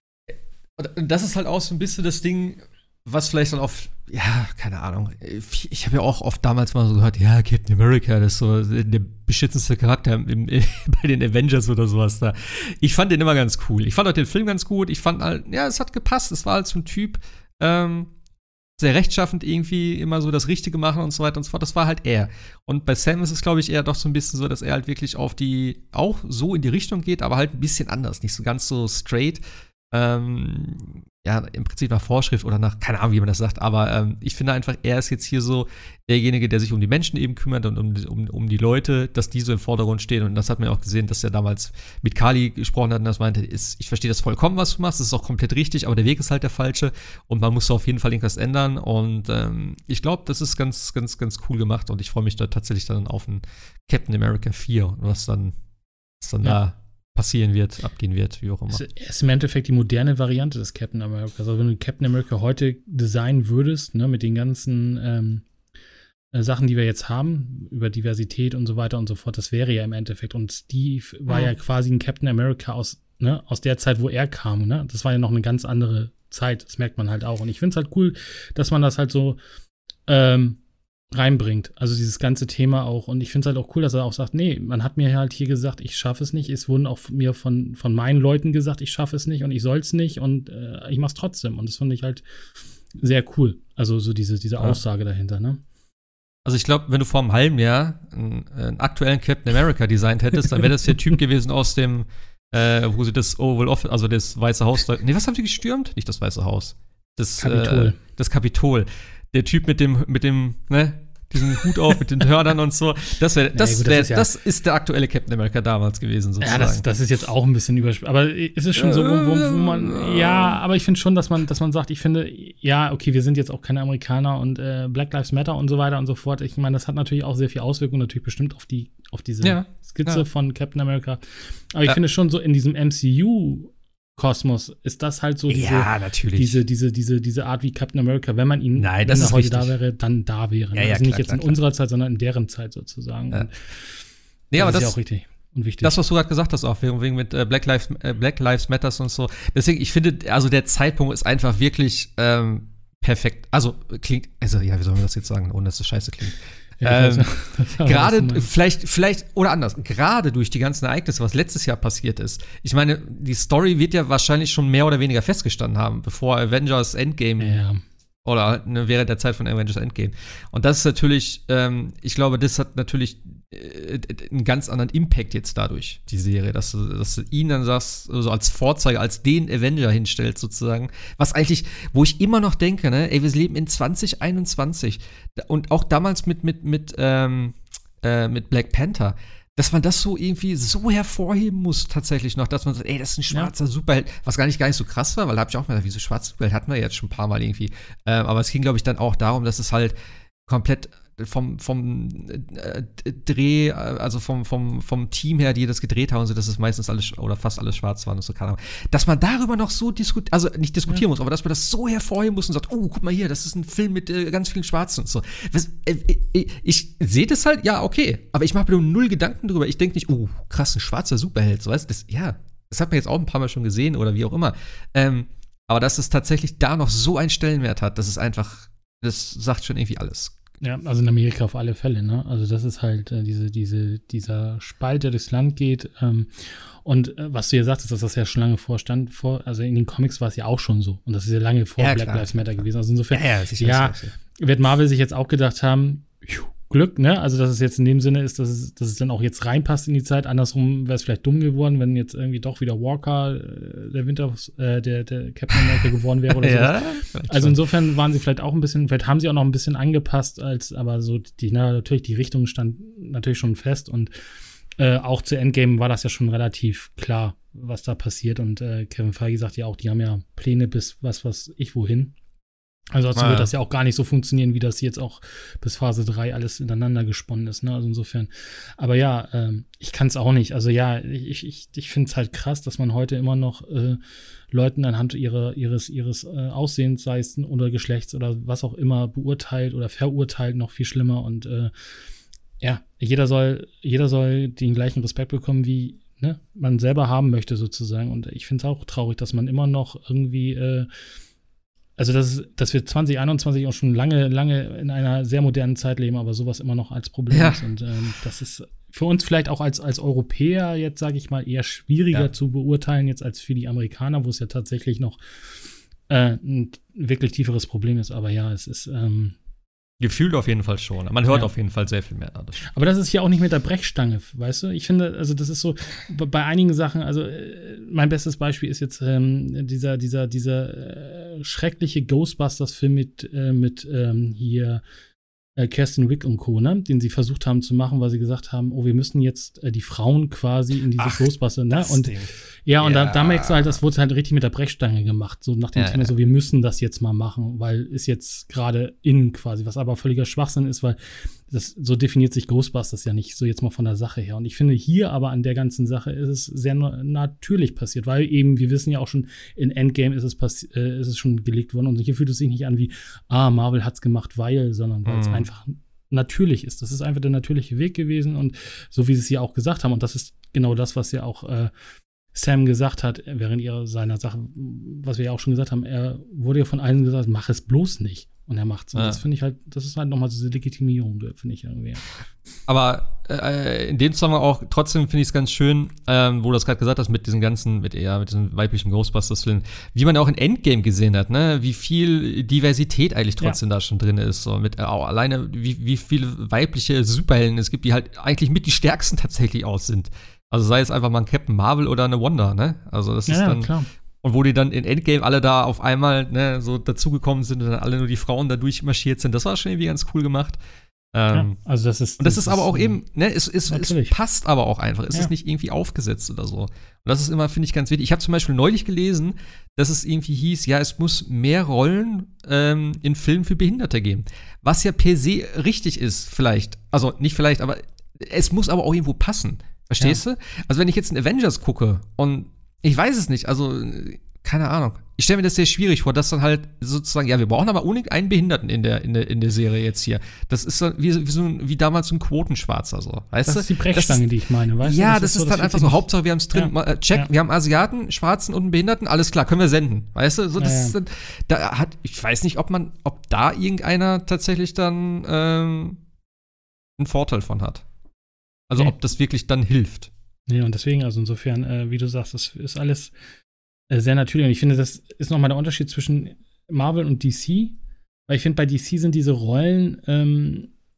Moment. Und das ist halt auch so ein bisschen das Ding, was vielleicht dann auf, ja, keine Ahnung, ich habe ja auch oft damals mal so gehört, ja, Captain America, das ist so der beschützendste Charakter im, im, bei den Avengers oder sowas da. Ich fand den immer ganz cool. Ich fand auch den Film ganz gut. Ich fand halt, ja, es hat gepasst. Es war halt so ein Typ, ähm, sehr rechtschaffend irgendwie immer so das Richtige machen und so weiter und so fort. Das war halt er. Und bei Sam ist es, glaube ich, eher doch so ein bisschen so, dass er halt wirklich auf die, auch so in die Richtung geht, aber halt ein bisschen anders. Nicht so ganz so straight. Ähm, ja, im Prinzip nach Vorschrift oder nach, keine Ahnung, wie man das sagt, aber ähm, ich finde einfach, er ist jetzt hier so derjenige, der sich um die Menschen eben kümmert und um, um, um die Leute, dass die so im Vordergrund stehen. Und das hat man ja auch gesehen, dass er damals mit Karli gesprochen hat und das meinte, ist, ich verstehe das vollkommen, was du machst, das ist auch komplett richtig, aber der Weg ist halt der falsche und man muss auf jeden Fall irgendwas ändern. Und ähm, ich glaube, das ist ganz, ganz, ganz cool gemacht und ich freue mich da tatsächlich dann auf ein Captain America vier, was dann, was dann ja. da passieren wird, abgehen wird, wie auch immer. Es ist im Endeffekt die moderne Variante des Captain America. Also wenn du Captain America heute designen würdest, ne, mit den ganzen ähm, äh, Sachen, die wir jetzt haben, über Diversität und so weiter und so fort, das wäre ja im Endeffekt. Und Steve war mhm. ja quasi ein Captain America aus, ne, aus der Zeit, wo er kam. Ne? Das war ja noch eine ganz andere Zeit, das merkt man halt auch. Und ich finde es halt cool, dass man das halt so ähm, reinbringt, also dieses ganze Thema auch. Und ich finde es halt auch cool, dass er auch sagt, nee, man hat mir halt hier gesagt, ich schaffe es nicht. Es wurden auch mir von, von meinen Leuten gesagt, ich schaffe es nicht und ich soll es nicht und äh, ich mache es trotzdem. Und das finde ich halt sehr cool. Also so diese, diese ja. Aussage dahinter, ne? Also ich glaube, wenn du vor einem halben Jahr einen, einen aktuellen Captain America designt hättest, dann wäre das der Typ gewesen aus dem, äh, wo sie das Oval Office, also das Weiße Haus, nee, was haben sie gestürmt? Nicht das Weiße Haus. Das Kapitol. Äh, das Kapitol. Der Typ mit dem, mit dem, ne, diesen Hut auf, mit den Hörnern und so. Das, wär, das, nee, gut, wär, das, ist ja, das ist der aktuelle Captain America damals gewesen, sozusagen. Ja, das, das ist jetzt auch ein bisschen überspielt. Aber es ist schon so, wo, wo, wo man, ja, aber ich finde schon, dass man, dass man sagt, ich finde, ja, okay, wir sind jetzt auch keine Amerikaner und äh, Black Lives Matter und so weiter und so fort. Ich meine, das hat natürlich auch sehr viel Auswirkungen, natürlich bestimmt auf die, auf diese ja, Skizze ja. von Captain America. Aber ich ja. finde schon so in diesem M C U Kosmos ist das halt so diese, ja, natürlich. diese, diese, diese, diese Art wie Captain America, wenn man ihn, Nein, wenn das er ist heute richtig. da wäre, dann da wäre. Ja, ja, also nicht klar, jetzt klar, in klar. unserer Zeit, sondern in deren Zeit sozusagen. Ja. Und nee, das aber ist das ja auch richtig und wichtig. Das, was du gerade gesagt hast, auch wegen, wegen mit äh, Black Lives, äh, Black Lives Matters und so. Deswegen, ich finde, also der Zeitpunkt ist einfach wirklich ähm, perfekt. Also klingt, also ja, wie soll man das jetzt sagen, ohne dass es scheiße klingt. Ja, ähm, gerade, vielleicht, vielleicht, oder anders, gerade durch die ganzen Ereignisse, was letztes Jahr passiert ist. Ich meine, die Story wird ja wahrscheinlich schon mehr oder weniger festgestanden haben, bevor Avengers Endgame ja. oder ne, während der Zeit von Avengers Endgame. Und das ist natürlich, ähm, ich glaube, das hat natürlich äh, einen ganz anderen Impact jetzt dadurch, die Serie, dass du, dass du ihn dann sagst, so als Vorzeige, als den Avenger hinstellst sozusagen, was eigentlich, wo ich immer noch denke, ne, ey, wir leben in zwanzig einundzwanzig und auch damals mit, mit, mit, ähm, äh, mit Black Panther, dass man das so irgendwie so hervorheben muss tatsächlich noch, dass man sagt, ey, das ist ein schwarzer ja. Superheld, was gar nicht gar nicht so krass war, weil da hab ich auch mal gedacht, wieso schwarzer Superheld hatten wir jetzt schon ein paar Mal irgendwie. Ähm, aber es ging, glaube ich, dann auch darum, dass es halt komplett vom, vom äh, Dreh, also vom, vom, vom Team her, die das gedreht haben, so dass es meistens alles oder fast alles schwarz waren und so, keine Ahnung. Dass man darüber noch so diskutiert, also nicht diskutieren ja. muss, aber dass man das so hervorheben muss und sagt, oh, guck mal hier, das ist ein Film mit äh, ganz vielen Schwarzen und so. Was, äh, äh, ich sehe das halt, ja, okay, aber ich mache mir nur null Gedanken drüber. Ich denke nicht, oh, krass, ein schwarzer Superheld, so, weißt du, das, ja, das hat man jetzt auch ein paar Mal schon gesehen oder wie auch immer. Ähm, aber dass es tatsächlich da noch so einen Stellenwert hat, das ist einfach, das sagt schon irgendwie alles. Ja, also in Amerika auf alle Fälle, ne? Also das ist halt äh, diese, diese, dieser Spalt, der durchs Land geht. Ähm, und äh, was du ja sagtest, dass das ja schon lange vorstand, vor, also in den Comics war es ja auch schon so. Und das ist ja lange vor ja, Black klar, Lives Matter klar. gewesen. Also insofern, ja, ja, sicher, ja sicher. wird Marvel sich jetzt auch gedacht haben, Glück, ne? Also, dass es jetzt in dem Sinne ist, dass es, dass es dann auch jetzt reinpasst in die Zeit. Andersrum wäre es vielleicht dumm geworden, wenn jetzt irgendwie doch wieder Walker äh, der Winter, äh, der, der Captain America geworden wäre oder so. Ja, also insofern waren sie vielleicht auch ein bisschen, vielleicht haben sie auch noch ein bisschen angepasst, als aber so die, na, natürlich die Richtung stand natürlich schon fest und äh, auch zu Endgame war das ja schon relativ klar, was da passiert und äh, Kevin Feige sagt ja auch, die haben ja Pläne bis was, was ich wohin. Also also ah, wird das ja auch gar nicht so funktionieren, wie das jetzt auch bis Phase drei alles ineinander gesponnen ist, ne? Also insofern. Aber ja, ähm, ich kann es auch nicht. Also ja, ich, ich, ich finde es halt krass, dass man heute immer noch äh, Leuten anhand ihrer, ihres, ihres äh, Aussehens, sei es oder Geschlechts oder was auch immer, beurteilt oder verurteilt, noch viel schlimmer. Und äh, ja, jeder soll, jeder soll den gleichen Respekt bekommen, wie ne, man selber haben möchte, sozusagen. Und ich finde es auch traurig, dass man immer noch irgendwie äh, Also, dass, dass wir zwanzig einundzwanzig auch schon lange, lange in einer sehr modernen Zeit leben, aber sowas immer noch als Problem ja. ist. Und ähm, das ist für uns vielleicht auch als, als Europäer jetzt, sage ich mal, eher schwieriger ja. zu beurteilen, jetzt als für die Amerikaner, wo es ja tatsächlich noch äh, ein wirklich tieferes Problem ist. Aber ja, es ist ähm, gefühlt auf jeden Fall schon. Man hört ja. auf jeden Fall sehr viel mehr. Das aber das ist ja auch nicht mit der Brechstange, weißt du? Ich finde, also das ist so, bei einigen Sachen, also äh, mein bestes Beispiel ist jetzt ähm, dieser, dieser, dieser äh, schreckliche Ghostbusters-Film mit, äh, mit ähm, hier äh, Kirsten Wick und Co., ne? Den sie versucht haben zu machen, weil sie gesagt haben, oh, wir müssen jetzt äh, die Frauen quasi in diese Ach, Ghostbusters, ne? Und Ding. ja, und ja. Da, da merkst du halt, das wurde halt richtig mit der Brechstange gemacht, so nach dem ja, Thema, ja. so wir müssen das jetzt mal machen, weil ist jetzt gerade in quasi, was aber völliger Schwachsinn ist, weil das so definiert sich Ghostbusters ja nicht, so jetzt mal von der Sache her. Und ich finde hier aber an der ganzen Sache ist es sehr na- natürlich passiert, weil eben, wir wissen ja auch schon, in Endgame ist es, passi- äh, ist es schon gelegt worden und hier fühlt es sich nicht an wie, ah, Marvel hat's gemacht, weil, sondern weil mhm. es einfach natürlich ist. Das ist einfach der natürliche Weg gewesen und so wie sie es ja auch gesagt haben und das ist genau das, was ja auch äh, Sam gesagt hat, während ihrer seiner Sache, was wir ja auch schon gesagt haben, er wurde ja von allen gesagt, mach es bloß nicht. Und er macht's. Und ja. das finde ich halt, das ist halt nochmal diese Legitimierung, finde ich irgendwie. Aber äh, in dem Zusammenhang auch, trotzdem finde ich es ganz schön, ähm, wo du das gerade gesagt hast, mit diesen ganzen, mit eher mit diesen weiblichen Ghostbusters-Filmen, wie man auch in Endgame gesehen hat, ne, wie viel Diversität eigentlich trotzdem ja. da schon drin ist. So mit äh, auch alleine, wie, wie viele weibliche Superhelden es gibt, die halt eigentlich mit die stärksten tatsächlich aus sind. Also sei es einfach mal ein Captain Marvel oder eine Wanda, ne? Also das ist ja, dann. Klar. Und wo die dann in Endgame alle da auf einmal ne, so dazugekommen sind und dann alle nur die Frauen da durchmarschiert sind, das war schon irgendwie ganz cool gemacht. Ähm, ja, also das ist. Und das, das ist aber ist, auch eben, ne, es, es, es passt aber auch einfach. Es ja. ist nicht irgendwie aufgesetzt oder so. Und das ist immer, finde ich, ganz wichtig. Ich habe zum Beispiel neulich gelesen, dass es irgendwie hieß, ja, es muss mehr Rollen ähm, in Filmen für Behinderte geben. Was ja per se richtig ist, vielleicht. Also nicht vielleicht, aber es muss aber auch irgendwo passen. Verstehst ja. du? Also wenn ich jetzt in Avengers gucke und ich weiß es nicht, also keine Ahnung. Ich stelle mir das sehr schwierig vor, dass dann halt sozusagen, ja, wir brauchen aber ohne einen Behinderten in der, in der, in der Serie jetzt hier. Das ist so wie, wie, so ein, wie damals so ein Quotenschwarzer, so. Weißt das du? ist die Brechstange, ist, die ich meine, weißt ja, du? das, das ist, so, dann einfach so, Hauptsache wir haben es drin. Ja. Check, ja. wir haben Asiaten, Schwarzen und einen Behinderten, alles klar, können wir senden. Weißt du? So, das ja, ja. Ist dann, da hat, ich weiß nicht, ob man, ob da irgendeiner tatsächlich dann ähm, einen Vorteil von hat. Also nee. ob das wirklich dann hilft. Nee, und deswegen, also insofern, äh, wie du sagst, das ist alles äh, sehr natürlich. Und ich finde, das ist nochmal der Unterschied zwischen Marvel und D C. Weil ich finde, bei D C sind diese Rollen, ähm,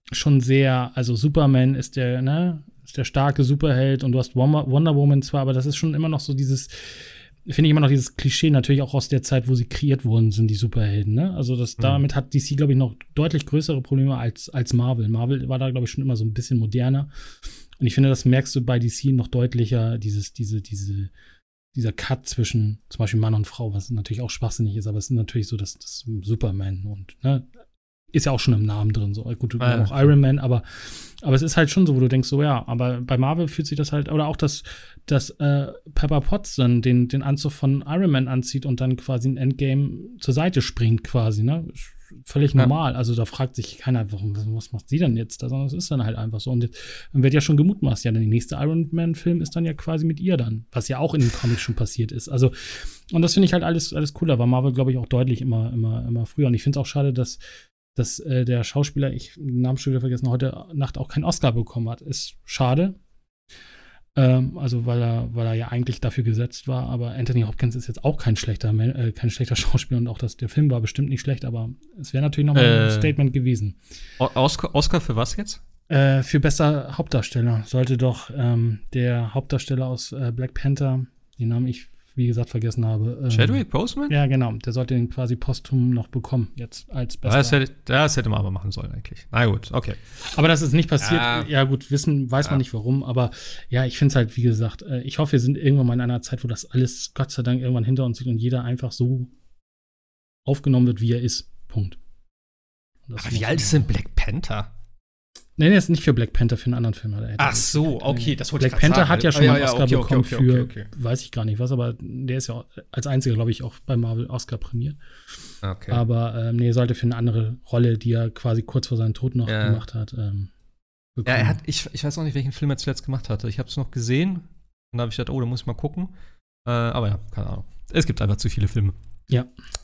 schon sehr, also Superman ist der, ne, ist der starke Superheld und du hast Wonder Woman zwar, aber das ist schon immer noch so dieses, finde ich immer noch dieses Klischee, natürlich auch aus der Zeit, wo sie kreiert worden sind, die Superhelden, ne? Also das, mhm. damit hat D C, glaube ich, noch deutlich größere Probleme als, als Marvel. Marvel war da, glaube ich, schon immer so ein bisschen moderner. Und ich finde, das merkst du bei D C noch deutlicher, dieses, diese, diese, dieser Cut zwischen zum Beispiel Mann und Frau, was natürlich auch schwachsinnig ist, aber es ist natürlich so, dass das Superman und, ne, ist ja auch schon im Namen drin, so. Gut, du ah, auch ja. Iron Man, aber, aber es ist halt schon so, wo du denkst, so, ja, aber bei Marvel fühlt sich das halt, oder auch, dass, dass äh, Pepper Potts dann den, den Anzug von Iron Man anzieht und dann quasi in Endgame zur Seite springt, quasi, ne? Völlig ja. normal. Also da fragt sich keiner, warum, was macht sie denn jetzt? Sondern es ist dann halt einfach so. Und dann wird ja schon gemutmaßt, ja, denn der nächste Iron Man-Film ist dann ja quasi mit ihr dann, was ja auch in den Comics schon passiert ist. Also, und das finde ich halt alles, alles cooler, war Marvel, glaube ich, auch deutlich immer, immer, immer früher. Und ich finde es auch schade, dass dass äh, der Schauspieler, ich den Namen schon wieder vergessen, heute Nacht auch keinen Oscar bekommen hat. Ist schade. Ähm, also, weil er, weil er ja eigentlich dafür gesetzt war. Aber Anthony Hopkins ist jetzt auch kein schlechter, äh, kein schlechter Schauspieler und auch das, der Film war bestimmt nicht schlecht, aber es wäre natürlich nochmal äh, ein Statement gewesen. Oscar, Oscar für was jetzt? Äh, für bester Hauptdarsteller. Sollte doch ähm, der Hauptdarsteller aus äh, Black Panther, den Namen ich wie gesagt, vergessen habe. Ähm, Chadwick Boseman? Ja, genau. Der sollte den quasi posthum noch bekommen, jetzt als bester. Das hätte, das hätte man aber machen sollen, eigentlich. Na gut, okay. Aber das ist nicht passiert. Ja, ja gut, wissen, weiß ja. man nicht warum. Aber ja, ich finde es halt, wie gesagt, äh, ich hoffe, wir sind irgendwann mal in einer Zeit, wo das alles Gott sei Dank irgendwann hinter uns liegt und jeder einfach so aufgenommen wird, wie er ist. Punkt. Aber wie alt ist denn Black Panther? Nee, nee, ist nicht für Black Panther, für einen anderen Film. Ach so, okay, das wollte ich Black Panther sagen. hat ja schon ah, mal ja, Oscar okay, bekommen okay, okay, okay, okay. für, weiß ich gar nicht was, aber der ist ja als einziger, glaube ich, auch bei Marvel Oscar prämiert. Okay. Aber ähm, nee, sollte für eine andere Rolle, die er quasi kurz vor seinem Tod noch ja. gemacht hat, ähm, bekommen. Ja, er hat, ich, ich weiß auch nicht, welchen Film er zuletzt gemacht hatte. Ich habe es noch gesehen und da habe ich gedacht, oh, da muss ich mal gucken. Äh, aber ja, keine Ahnung. Es gibt einfach zu viele Filme. Ja.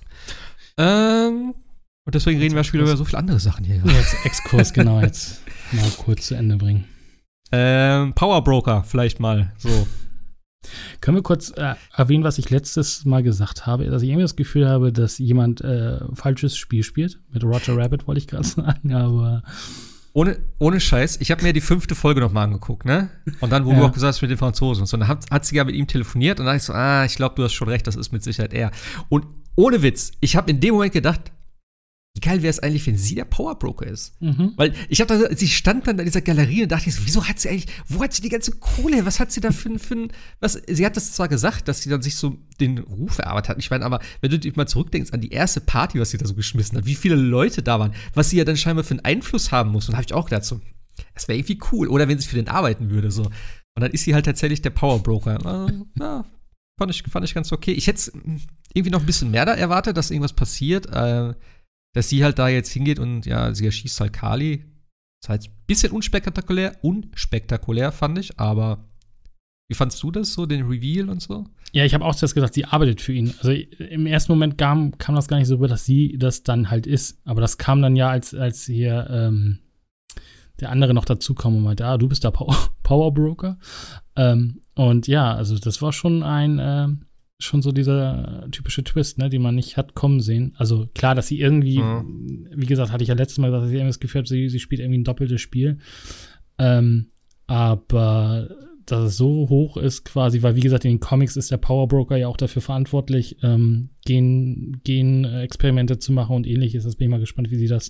Ähm, und deswegen reden wir schon wieder über so viele andere Sachen hier. Jetzt Exkurs, genau, jetzt mal kurz zu Ende bringen. Ähm, Power Broker, vielleicht mal so. Können wir kurz äh, erwähnen, was ich letztes Mal gesagt habe, dass ich irgendwie das Gefühl habe, dass jemand äh, falsches Spiel spielt. Mit Roger Rabbit wollte ich gerade sagen, aber Ohne, ohne Scheiß, ich habe mir die fünfte Folge noch mal angeguckt, ne? Und dann, wo ja. du auch gesagt hast mit den Franzosen und so, und dann hat, hat sie ja mit ihm telefoniert und dann dachte ich so, ah, ich glaube, du hast schon recht, das ist mit Sicherheit er. Und ohne Witz, ich habe in dem Moment gedacht, wie geil wäre es eigentlich, wenn sie der Powerbroker ist? Mhm. Weil ich habe da, sie stand dann in dieser Galerie und dachte ich so, wieso hat sie eigentlich, wo hat sie die ganze Kohle? Was hat sie da für, für ein, was? Sie hat das zwar gesagt, dass sie dann sich so den Ruf erarbeitet hat. Ich meine, aber wenn du dich mal zurückdenkst an die erste Party, was sie da so geschmissen hat, wie viele Leute da waren, was sie ja dann scheinbar für einen Einfluss haben muss. Und da habe ich auch gedacht, so, das wäre irgendwie cool. Oder wenn sie für den arbeiten würde, so. Und dann ist sie halt tatsächlich der Powerbroker. Äh, ja, fand ich, fand ich ganz okay. Ich hätte irgendwie noch ein bisschen mehr da erwartet, dass irgendwas passiert. Äh, dass sie halt da jetzt hingeht und ja, sie erschießt halt Kali. Das ist halt ein bisschen unspektakulär, unspektakulär fand ich, aber wie fandst du das so, den Reveal und so? Ja, ich habe auch zuerst gesagt, sie arbeitet für ihn. Also im ersten Moment kam, kam das gar nicht so rüber, dass sie das dann halt ist. Aber das kam dann ja, als, als hier ähm, der andere noch dazu kam und meinte, ah, du bist der Power, Powerbroker. Ähm, und ja, also das war schon ein äh, schon so dieser typische Twist, ne, den man nicht hat kommen sehen. Also klar, dass sie irgendwie, mhm. wie gesagt, hatte ich ja letztes Mal gesagt, dass sie irgendwie das Gefühl hat, sie, sie spielt irgendwie ein doppeltes Spiel. Ähm, aber dass es so hoch ist quasi, weil wie gesagt, in den Comics ist der Powerbroker ja auch dafür verantwortlich, ähm, Gen, Gen-Experimente zu machen und ähnliches. Das bin ich mal gespannt, wie sie das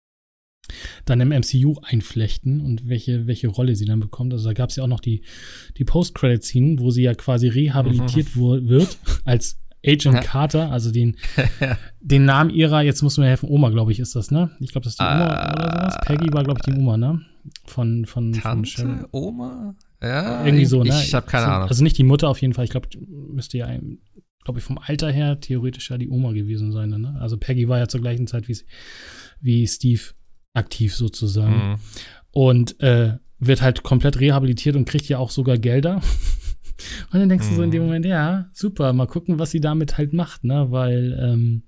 dann im M C U einflechten und welche, welche Rolle sie dann bekommt. Also da gab es ja auch noch die, die Post-Credit-Scene, wo sie ja quasi rehabilitiert mhm. wird als Agent ja. Carter, also den, den Namen ihrer, jetzt muss mir helfen, Oma, glaube ich, ist das, ne? Ich glaube, das ist die Oma uh, oder sowas. Peggy war, glaube ich, die Oma, ne? Von, von, Tante, von Oma? Ja, irgendwie so, ne? Ich habe keine also, Ahnung. Also nicht die Mutter auf jeden Fall, ich glaube, müsste ja, glaube ich, vom Alter her theoretisch ja die Oma gewesen sein, ne? Also Peggy war ja zur gleichen Zeit wie, wie Steve aktiv sozusagen. Mhm. Und äh, wird halt komplett rehabilitiert und kriegt ja auch sogar Gelder. Und dann denkst mhm. du so in dem Moment, ja, super, mal gucken, was sie damit halt macht, ne? Weil, ähm,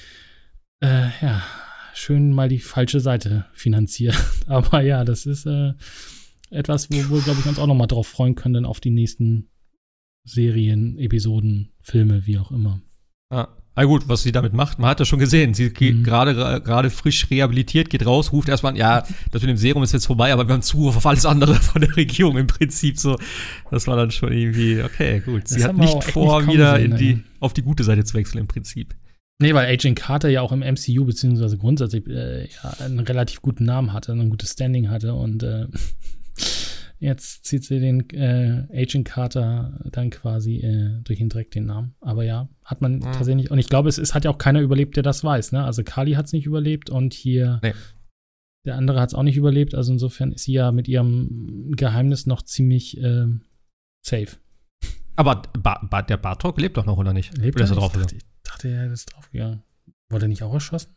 äh, ja, schön mal die falsche Seite finanziert. Aber ja, das ist äh, etwas, wo wir, glaube ich, uns auch noch mal drauf freuen können, auf die nächsten Serien, Episoden, Filme, wie auch immer. Ja. Na gut, was sie damit macht, man hat das schon gesehen. Sie geht Mhm. gerade gerade frisch rehabilitiert, geht raus, ruft erstmal an, ja, das mit dem Serum ist jetzt vorbei, aber wir haben Zugriff auf alles andere von der Regierung im Prinzip so. Das war dann schon irgendwie, okay, gut. Sie Das hat haben wir nicht auch echt vor, nicht kommen wieder sehen, in die, ey. auf die gute Seite zu wechseln im Prinzip. Nee, weil Agent Carter ja auch im M C U beziehungsweise grundsätzlich äh, ja, einen relativ guten Namen hatte, ein gutes Standing hatte und äh, jetzt zieht sie den äh, Agent Carter dann quasi äh, durch den Dreck, den Namen. Aber ja, hat man Mhm. tatsächlich, und ich glaube, es, es hat ja auch keiner überlebt, der das weiß, ne? Also Kali hat es nicht überlebt und hier Nee. der andere hat es auch nicht überlebt, also insofern ist sie ja mit ihrem Geheimnis noch ziemlich äh, safe. Aber ba ba der Bartok lebt doch noch, oder nicht? Lebt Oder ist er er nicht? drauf? Ich dachte, ich dachte, er ist draufgegangen. Wurde er nicht auch erschossen?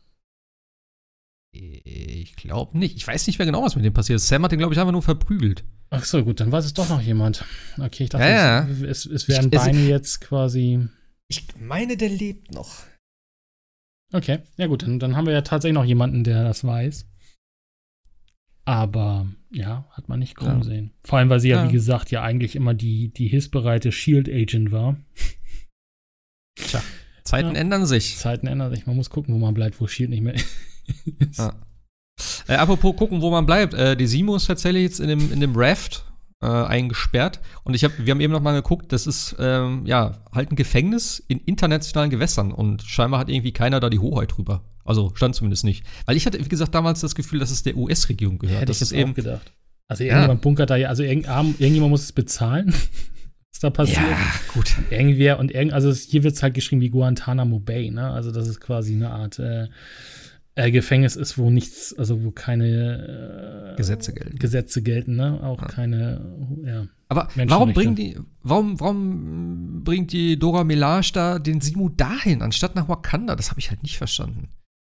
Ich glaube nicht. Ich weiß nicht mehr genau, was mit dem passiert ist. Sam hat den, glaube ich, einfach nur verprügelt. Ach so, gut, dann weiß es doch noch jemand. Okay, ich dachte, Ja, ja. es, es, es wären Ich- es- Beine jetzt quasi. Ich meine, der lebt noch. Okay, ja gut, dann, dann haben wir ja tatsächlich noch jemanden, der das weiß. Aber ja, hat man nicht kommen Ja. sehen. Vor allem, weil sie ja, Ja. wie gesagt, ja eigentlich immer die, die hilfsbereite Shield-Agent war. Tja, Zeiten Ja. ändern sich. Zeiten ändern sich. Man muss gucken, wo man bleibt, wo Shield nicht mehr ist. Ja. Äh, apropos gucken, wo man bleibt. Äh, die Simo ist tatsächlich jetzt in dem, in dem Raft äh, eingesperrt. Und ich hab, wir haben eben noch mal geguckt, das ist ähm, ja halt ein Gefängnis in internationalen Gewässern. Und scheinbar hat irgendwie keiner da die Hoheit drüber. Also stand zumindest nicht. Weil ich hatte, wie gesagt, damals das Gefühl, dass es der U S-Regierung gehört. Hätte das ich jetzt ist eben auch gedacht. Also irgendjemand bunkert da ja, also irgend, arm- irgendjemand muss es bezahlen, was da passiert. Ja, gut. Irgendwer und irgend, also es, hier wird es halt geschrieben wie Guantanamo Bay, ne? Also das ist quasi eine Art äh, äh, Gefängnis ist, wo nichts, also wo keine äh, Gesetze gelten. Gesetze gelten, ne? Auch Ja. keine, ja. Aber Menschenrechte. warum bringt die, warum, warum bringt die Dora Milaje da den Simu dahin, anstatt nach Wakanda? Das habe ich halt nicht verstanden.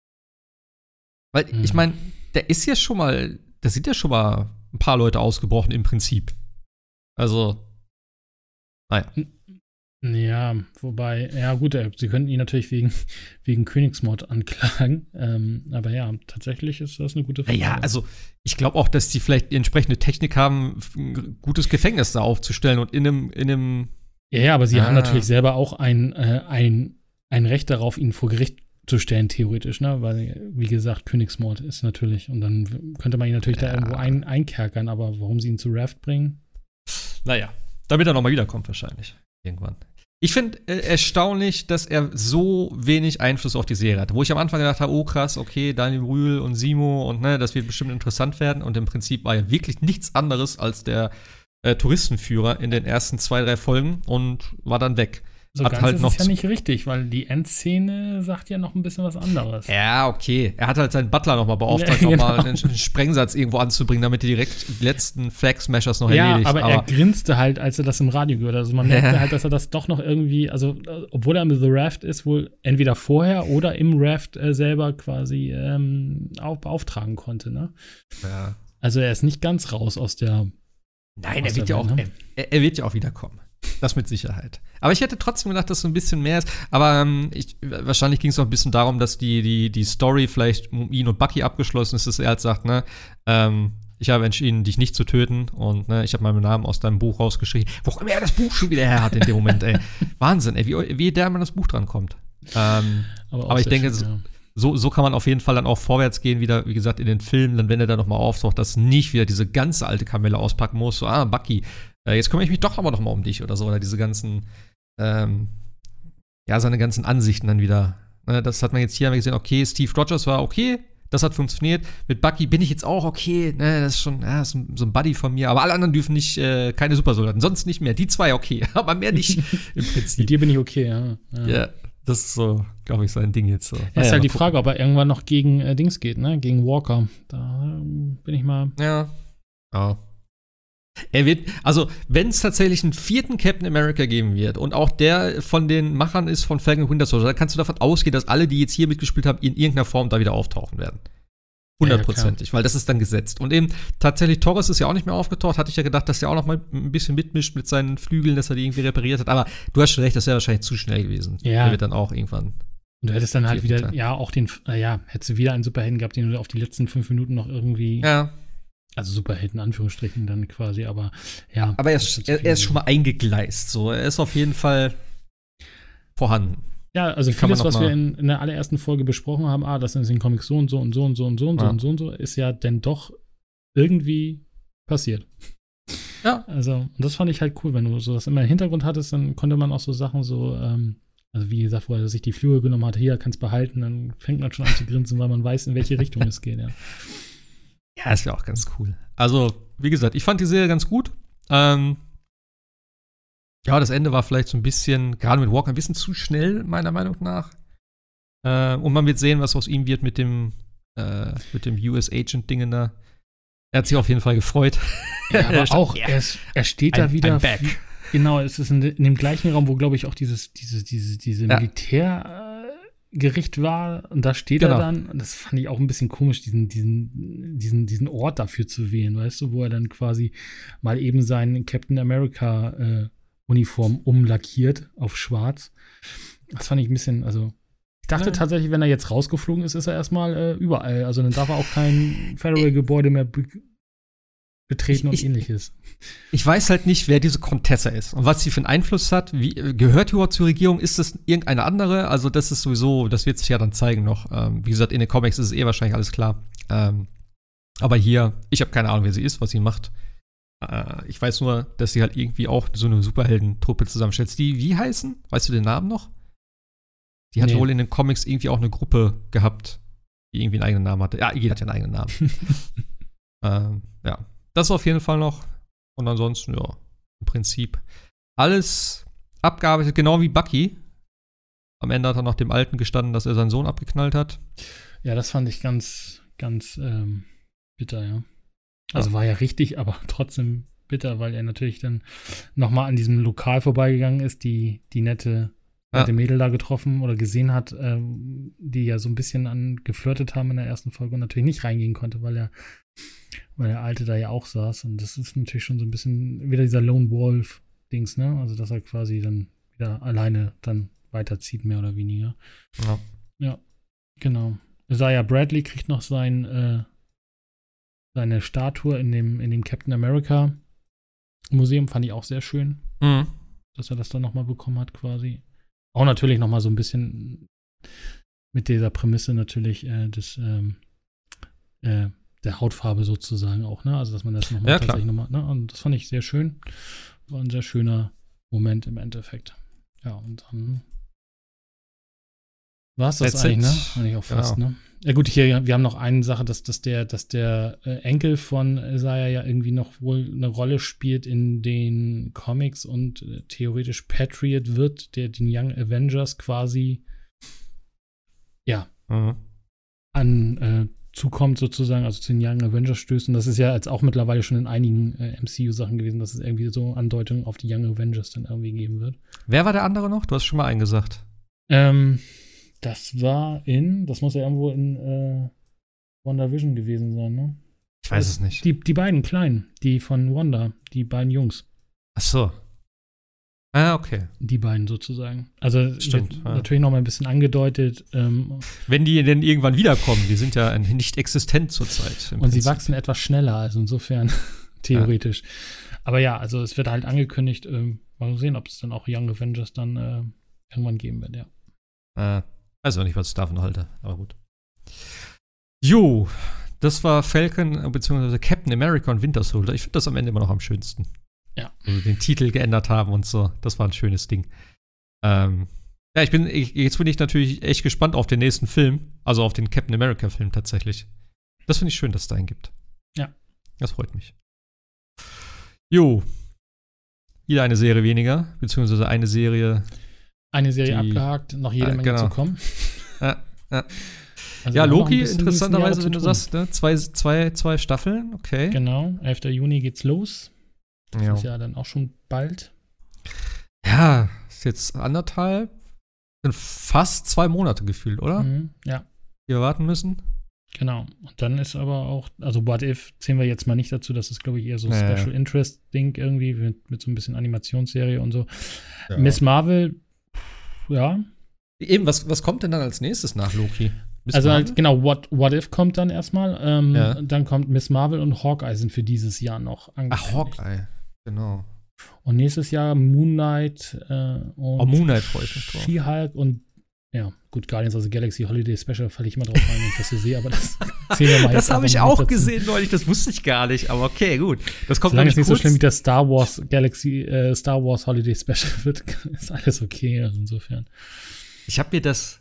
Weil, Hm. ich meine, der ist ja schon mal, da sind ja schon mal ein paar Leute ausgebrochen im Prinzip. Also, naja. Ja, wobei, ja gut, äh, sie könnten ihn natürlich wegen, wegen Königsmord anklagen. Ähm, aber ja, tatsächlich ist das eine gute Frage. Naja, also ich glaube auch, dass die vielleicht die entsprechende Technik haben, ein gutes Gefängnis da aufzustellen und in einem, in einem Ja, ja, aber sie Ah. haben natürlich selber auch ein, äh, ein, ein Recht darauf, ihn vor Gericht zu stellen, theoretisch, ne? Weil, wie gesagt, Königsmord ist natürlich. Und dann könnte man ihn natürlich Ja. da irgendwo ein, einkerkern, aber warum sie ihn zu Raft bringen? Naja, damit er nochmal wiederkommt wahrscheinlich. Irgendwann. Ich finde äh, erstaunlich, dass er so wenig Einfluss auf die Serie hat. Wo ich am Anfang gedacht habe, oh krass, okay, Daniel Brühl und Simo und ne, das wird bestimmt interessant werden. Und im Prinzip war er wirklich nichts anderes als der äh, Touristenführer in den ersten zwei, drei Folgen und war dann weg. So Hat ganz halt ist noch es ja nicht richtig, weil die Endszene sagt ja noch ein bisschen was anderes. Ja, okay. Er hat halt seinen Butler nochmal beauftragt, Ja, nochmal genau. einen, einen Sprengsatz irgendwo anzubringen, damit die direkt die letzten Flag-Smashers noch Ja, erledigt. aber, er grinste halt, als er das im Radio gehört hat. Also man merkte Ja. halt, dass er das doch noch irgendwie, also äh, obwohl er mit The Raft ist, wohl entweder vorher oder im Raft äh, selber quasi ähm, auf, beauftragen konnte, ne? ja. Also er ist nicht ganz raus aus der. Nein, Aus er wird, der ja auch, Welt, ne? er, er wird ja auch wiederkommen. Das mit Sicherheit. Aber ich hätte trotzdem gedacht, dass so ein bisschen mehr ist. Aber ähm, ich, wahrscheinlich ging es auch ein bisschen darum, dass die, die, die Story vielleicht um ihn und Bucky abgeschlossen ist, dass er halt sagt, ne, ähm, ich habe entschieden, dich nicht zu töten und ne, ich habe meinen Namen aus deinem Buch rausgeschrieben. Wo auch immer er das Buch schon wieder her hat in dem Moment, ey. Wahnsinn, ey, wie, wie der an das Buch drankommt. Ähm, Aber, auch Aber ich sehr denke, schön, ja. so, so kann man auf jeden Fall dann auch vorwärts gehen, wieder, wie gesagt, in den Filmen, dann wenn er da nochmal auftaucht, dass nicht wieder diese ganze alte Kamelle auspacken muss, so, ah, Bucky, äh, jetzt kümmere ich mich doch aber noch mal um dich oder so, oder diese ganzen, ähm, ja, seine ganzen Ansichten dann wieder. Ne, das hat man jetzt hier haben wir gesehen, okay, Steve Rogers war okay, das hat funktioniert. Mit Bucky bin ich jetzt auch okay, ne, das ist schon, ja, das ist ein, so ein Buddy von mir, aber alle anderen dürfen nicht, äh, keine Supersoldaten, sonst nicht mehr. Die zwei okay, aber mehr nicht im Mit Prinzip. dir bin ich okay, ja. ja. Ja, das ist so, glaube ich, sein Ding jetzt so. Ja, ist Naja, halt mal die gucken. Frage, ob er irgendwann noch gegen äh, Dings geht, ne? Gegen Walker. Da ähm, bin ich mal. Ja. Ja. Er wird, also, wenn es tatsächlich einen vierten Captain America geben wird und auch der von den Machern ist von Falcon und Winter Soldier, dann kannst du davon ausgehen, dass alle, die jetzt hier mitgespielt haben, in irgendeiner Form da wieder auftauchen werden. Hundertprozentig, weil das ist dann gesetzt. Und eben tatsächlich, Torres ist ja auch nicht mehr aufgetaucht. Hatte ich ja gedacht, dass der auch noch mal ein bisschen mitmischt mit seinen Flügeln, dass er die irgendwie repariert hat. Aber du hast schon recht, das wäre wahrscheinlich zu schnell gewesen. Ja. Der wird dann auch irgendwann. Und du hättest dann halt Vierten wieder, Teil. ja, auch den, äh, ja, hättest du wieder einen Superhelden gehabt, den du auf die letzten fünf Minuten noch irgendwie, Ja. also Superhelden, in Anführungsstrichen dann quasi, aber ja. Aber er das ist, zu er, viel er ist schon mal eingegleist. So. Er ist auf jeden Fall vorhanden. Ja, also Kann man vieles, noch was mal- wir in, in der allerersten Folge besprochen haben, ah, das ist in den Comics so und so und so und so und so und so Ja. und so und so, ist ja dann doch irgendwie passiert. Ja. Also, und das fand ich halt cool, wenn du so das immer im Hintergrund hattest, dann konnte man auch so Sachen so, ähm, also wie gesagt, wo er sich die Flügel genommen hat, hier, kannst behalten, dann fängt man schon an zu grinsen, weil man weiß, in welche Richtung es geht, ja. Ja, ist ja auch ganz cool. Also, wie gesagt, ich fand die Serie ganz gut. Ähm, ja, das Ende war vielleicht so ein bisschen, gerade mit Walker, ein bisschen zu schnell, meiner Meinung nach. Äh, und man wird sehen, was aus ihm wird mit dem, äh, mit dem U S-Agent-Dingen da. Er hat sich auf jeden Fall gefreut. Ja, aber auch, Ja. er, ist, er steht I'm- da wieder. I'm back. Wie, genau, es ist in, de, in dem gleichen Raum, wo, glaube ich, auch dieses, dieses, diese, diese Ja. Militärgericht war. Und da steht Genau. er dann. Und das fand ich auch ein bisschen komisch, diesen, diesen, diesen, diesen Ort dafür zu wählen, weißt du, wo er dann quasi mal eben seinen Captain America äh, Uniform umlackiert auf schwarz. Das fand ich ein bisschen, also. Ich dachte Ja. tatsächlich, wenn er jetzt rausgeflogen ist, ist er erstmal äh, überall. Also dann darf er auch kein Federal-Gebäude mehr be betreten Ich- und ich- ähnliches. Ich weiß halt nicht, wer diese Contessa ist und was sie für einen Einfluss hat. Wie, gehört die überhaupt zur Regierung? Ist das irgendeine andere? Also, das ist sowieso, das wird sich ja dann zeigen noch. Ähm, wie gesagt, in den Comics ist es eh wahrscheinlich alles klar. Ähm, aber hier, ich habe keine Ahnung, wer sie ist, was sie macht. Äh, ich weiß nur, dass sie halt irgendwie auch so eine Superheldentruppe zusammenstellt. Die, wie heißen? Weißt du den Namen noch? Die hat Nee. wohl in den Comics irgendwie auch eine Gruppe gehabt, die irgendwie einen eigenen Namen hatte. Ja, jeder hat ja einen eigenen Namen. ähm, ja, das auf jeden Fall noch. Und ansonsten, ja, im Prinzip alles abgearbeitet, genau wie Bucky. Am Ende hat er noch dem Alten gestanden, dass er seinen Sohn abgeknallt hat. Ja, das fand ich ganz, ganz ähm, bitter, ja. Also Ja. war ja richtig, aber trotzdem bitter, weil er natürlich dann nochmal an diesem Lokal vorbeigegangen ist, die, die nette, Ja. nette Mädel da getroffen oder gesehen hat, ähm, die ja so ein bisschen an geflirtet haben in der ersten Folge und natürlich nicht reingehen konnte, weil er, weil der Alte da ja auch saß. Und das ist natürlich schon so ein bisschen wieder dieser Lone Wolf-Dings, ne? Also, dass er quasi dann wieder alleine dann weiterzieht, mehr oder weniger. Ja. Ja, genau. Isaiah Bradley kriegt noch sein, äh, seine Statue in dem, in dem Captain America Museum, fand ich auch sehr schön, Mhm. dass er das dann nochmal bekommen hat, quasi. Auch natürlich nochmal so ein bisschen mit dieser Prämisse natürlich äh, des, ähm, äh, der Hautfarbe sozusagen auch, ne? Also, dass man das nochmal Ja, klar. tatsächlich nochmal, ne? Und das fand ich sehr schön. War ein sehr schöner Moment im Endeffekt. Ja, und dann war es das That's eigentlich, it. ne? Eigentlich auch fast, Genau. ne? Ja gut, hier, wir haben noch eine Sache, dass, dass der, dass der äh, Enkel von Isaiah ja irgendwie noch wohl eine Rolle spielt in den Comics und äh, theoretisch Patriot wird, der den Young Avengers quasi ja Mhm. an äh, zukommt sozusagen, also zu den Young Avengers stößt. Und das ist ja jetzt auch mittlerweile schon in einigen äh, M C U-Sachen gewesen, dass es irgendwie so Andeutungen auf die Young Avengers dann irgendwie geben wird. Wer war der andere noch? Du hast schon mal einen gesagt. Ähm, das war in, das muss ja irgendwo in äh, WandaVision gewesen sein, ne? Ich weiß es nicht. Die, die beiden Kleinen, die von Wanda, die beiden Jungs, Ach so. Ah, okay. die beiden sozusagen. Also Stimmt, wird ja. natürlich noch mal ein bisschen angedeutet ähm, Wenn die denn irgendwann wiederkommen, die sind ja nicht existent zurzeit. im und sie Prinzip. wachsen etwas schneller, also insofern theoretisch. Aber ja, also es wird halt angekündigt, ähm, mal sehen, ob es dann auch Young Avengers dann äh, irgendwann geben wird, ja. Äh, weiß auch nicht, was ich davon halte, aber gut. Jo, das war Falcon bzw. Captain America und Winter Soldier. Ich finde das am Ende immer noch am schönsten. Ja. Also den Titel geändert haben und so. Das war ein schönes Ding. Ähm, ja, ich bin, ich, jetzt bin ich natürlich echt gespannt auf den nächsten Film. Also auf den Captain America-Film tatsächlich. Das finde ich schön, dass es da einen gibt. Ja. Das freut mich. Jo. Wieder eine Serie weniger, beziehungsweise eine Serie. Eine Serie Die- abgehakt, noch jede äh, Menge genau. zu kommen. Ja, ja. Also Ja, wir haben noch Loki, ein bisschen interessanterweise, Jahre wenn zu du tun. sagst, ne? Zwei, zwei, zwei Staffeln, okay. Genau, elfter Juni geht's los. Das Ja. ist ja dann auch schon bald. ja, ist jetzt anderthalb, sind fast zwei Monate gefühlt, oder? Mhm, ja, Die wir warten müssen. genau. Und dann ist aber auch, also What If zählen wir jetzt mal nicht dazu, das ist, glaube ich, eher so Ja, ja. Special Interest Ding irgendwie, mit, mit so ein bisschen Animationsserie und so. Ja. Miss Marvel, ja. Eben, was, was kommt denn dann als nächstes nach Loki? Miss Also Marvel? halt, genau, What, What If kommt dann erstmal. Ähm, Ja. Dann kommt Miss Marvel und Hawkeye sind für dieses Jahr noch Ach, angekündigt. Hawkeye, genau. Und nächstes Jahr Moon Knight äh, und Oh, Moon Knight freue ich mich drauf. She-Hulk und Ja, gut, Guardians of the Galaxy Holiday Special falle ich immer drauf ein, wenn ich das so sehe, aber das sehen wir mal Das habe ich auch gesehen dazu. neulich, das wusste ich gar nicht, aber okay, gut. Das kommt Solange es nicht kurz. so schlimm wie das Star Wars Galaxy, äh, Star Wars Holiday Special wird, ist alles okay, also insofern. Ich habe mir das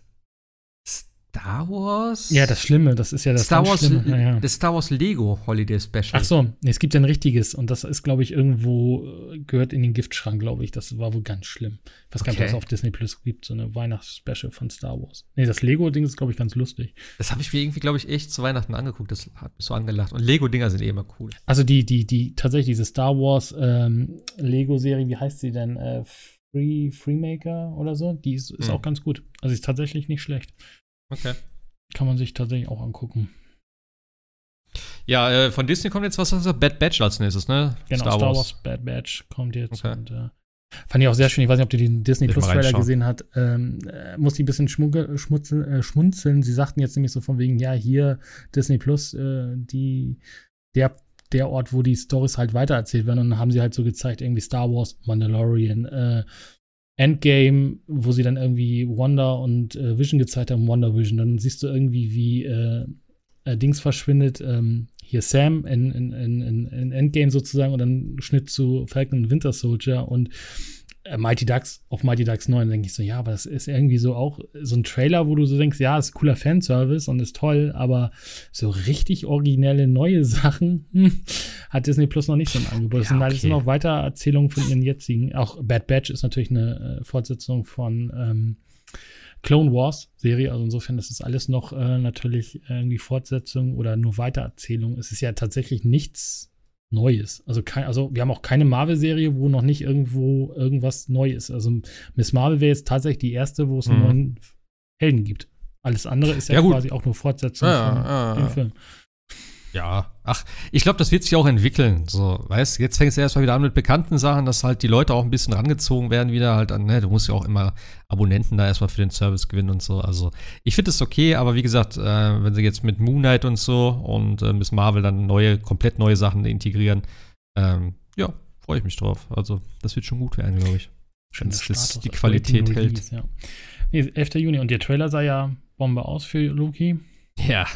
Star Wars? Ja, das Schlimme, das ist ja das Star Wars, Schlimme. Ja, ja. das Star Wars Lego Holiday Special. Ach so, nee, es gibt ja ein richtiges und das ist, glaube ich, irgendwo, äh, gehört in den Giftschrank, glaube ich. Das war wohl ganz schlimm. Ich weiß gar nicht, Okay. ob es auf Disney Plus gibt, so eine Weihnachtsspecial von Star Wars. Nee, das Lego-Ding ist, glaube ich, ganz lustig. Das habe ich mir irgendwie, glaube ich, echt zu Weihnachten angeguckt. Das hat mich so angelacht. Und Lego-Dinger sind eh immer cool. Also die, die, die, tatsächlich diese Star Wars ähm, Lego-Serie, wie heißt sie denn? Äh, Free, Freemaker oder so? Die ist, ist Mhm. auch ganz gut. Also ist tatsächlich nicht schlecht. Okay. Kann man sich tatsächlich auch angucken. Ja, äh, von Disney kommt jetzt was, was Bad Batch als nächstes, ne? Genau, Star, Star Wars Bad Batch kommt jetzt. Okay. Und, äh, fand ich auch sehr schön. Ich weiß nicht, ob du den Disney Will ich Plus mal Trailer reinschauen. gesehen hast. Ähm, äh, musste ich ein bisschen schmunkel, schmutzeln, äh, schmunzeln. Sie sagten jetzt nämlich so von wegen, ja, hier Disney Plus, äh, die, der, der Ort, wo die Storys halt weitererzählt werden. Und dann haben sie halt so gezeigt, irgendwie Star Wars, Mandalorian, äh, Endgame, wo sie dann irgendwie Wanda und äh, Vision gezeigt haben, Wonder Vision. Dann siehst du irgendwie, wie äh, äh, Dings verschwindet, ähm, hier Sam in, in, in, in Endgame sozusagen und dann Schnitt zu Falcon und Winter Soldier und äh, Mighty Ducks auf Mighty Ducks neun. Dann denke ich so, ja, aber das ist irgendwie so auch so ein Trailer, wo du so denkst, ja, ist cooler Fanservice und ist toll, aber so richtig originelle neue Sachen hm, hat Disney Plus noch nicht so im Angebot. Das Ja, sind alles okay. nur noch Weitererzählungen von ihren jetzigen. Auch Bad Batch ist natürlich eine äh, Fortsetzung von ähm, Clone Wars Serie, also insofern, das ist alles noch äh, natürlich irgendwie Fortsetzung oder nur Weitererzählung. Es ist ja tatsächlich nichts Neues. Also, kein, also wir haben auch keine Marvel-Serie, wo noch nicht irgendwo irgendwas neu ist. Also Miss Marvel wäre jetzt tatsächlich die erste, wo es einen Mhm. neuen Helden gibt. Alles andere ist ja, Ja, gut. quasi auch nur Fortsetzung Ja, von ja, dem ja. Film. Ja, ach, ich glaube, das wird sich auch entwickeln. So, weißt, jetzt fängst du erstmal wieder an mit bekannten Sachen, dass halt die Leute auch ein bisschen rangezogen werden, wieder halt an, ne, du musst ja auch immer Abonnenten da erstmal für den Service gewinnen und so. Also, ich finde es okay, aber wie gesagt, äh, wenn sie jetzt mit Moon Knight und so und äh, Miss Marvel dann neue, komplett neue Sachen integrieren, ähm, ja, freue ich mich drauf. Also, das wird schon gut werden, glaube ich. Wenn Schöner es das Status, die als Qualität Rating hält. Release, ja. Nee, elfter Juni und der Trailer sah ja Bombe aus für Loki. Ja.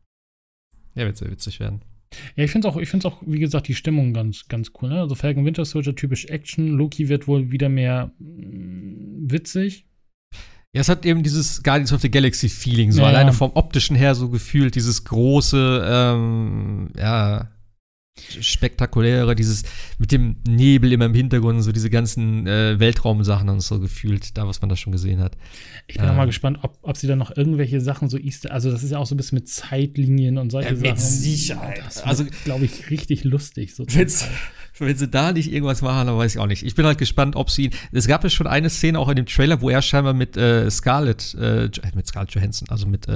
Ja, wird sehr witzig werden. Ja, ich finde es auch, ich find's auch, wie gesagt, die Stimmung ganz, ganz cool. Ne? Also Falcon Winter Soldier, typisch Action. Loki wird wohl wieder mehr mm, witzig. Ja, es hat eben dieses Guardians of the Galaxy Feeling, so Ja, alleine ja. vom optischen her so gefühlt, dieses große, ähm, ja, spektakuläre, dieses mit dem Nebel immer im Hintergrund, so diese ganzen äh, Weltraumsachen und so gefühlt, da, was man da schon gesehen hat. Ich bin Ja. auch mal gespannt, ob, ob sie dann noch irgendwelche Sachen so Easter, also das ist ja auch so ein bisschen mit Zeitlinien und solche Ja, mit Sachen. Sicherheit. Das Also- also glaube ich, richtig lustig. So Wenn's- Wenn sie da nicht irgendwas machen, dann weiß ich auch nicht. Ich bin halt gespannt, ob sie. Es gab ja schon eine Szene auch in dem Trailer, wo er scheinbar mit äh, Scarlett, äh, mit Scarlett Johansson, also mit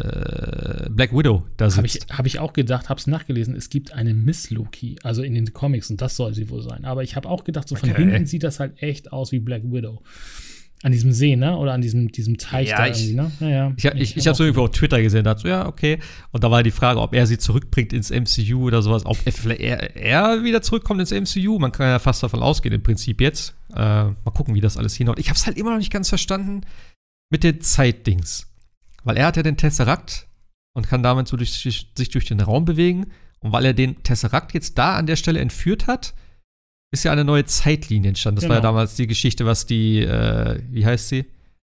äh, Black Widow da Habe ich, sitzt. hab ich auch gedacht, habe es nachgelesen, es gibt eine Miss Loki, also in den Comics und das soll sie wohl sein. Aber ich habe auch gedacht, so von Okay. hinten sieht das halt echt aus wie Black Widow. An diesem See, ne? Oder an diesem, diesem Teich Ja, da ich- irgendwie, ne? Ja, ja. Ich, ich, ich hab habe so irgendwo auf Twitter gesehen, dachte so, ja, okay. Und da war die Frage, ob er sie zurückbringt ins M C U oder sowas, ob er, vielleicht er, er wieder zurückkommt ins M C U. Man kann ja fast davon ausgehen, im Prinzip jetzt. Äh, mal gucken, wie das alles hinhaut. Ich habe es halt immer noch nicht ganz verstanden mit den Zeitdings. Weil er hat ja den Tesseract und kann damit so durch, sich durch den Raum bewegen. Und weil er den Tesseract jetzt da an der Stelle entführt hat, ist ja eine neue Zeitlinie entstanden. Das war ja Genau. damals die Geschichte, was die, äh, wie heißt sie?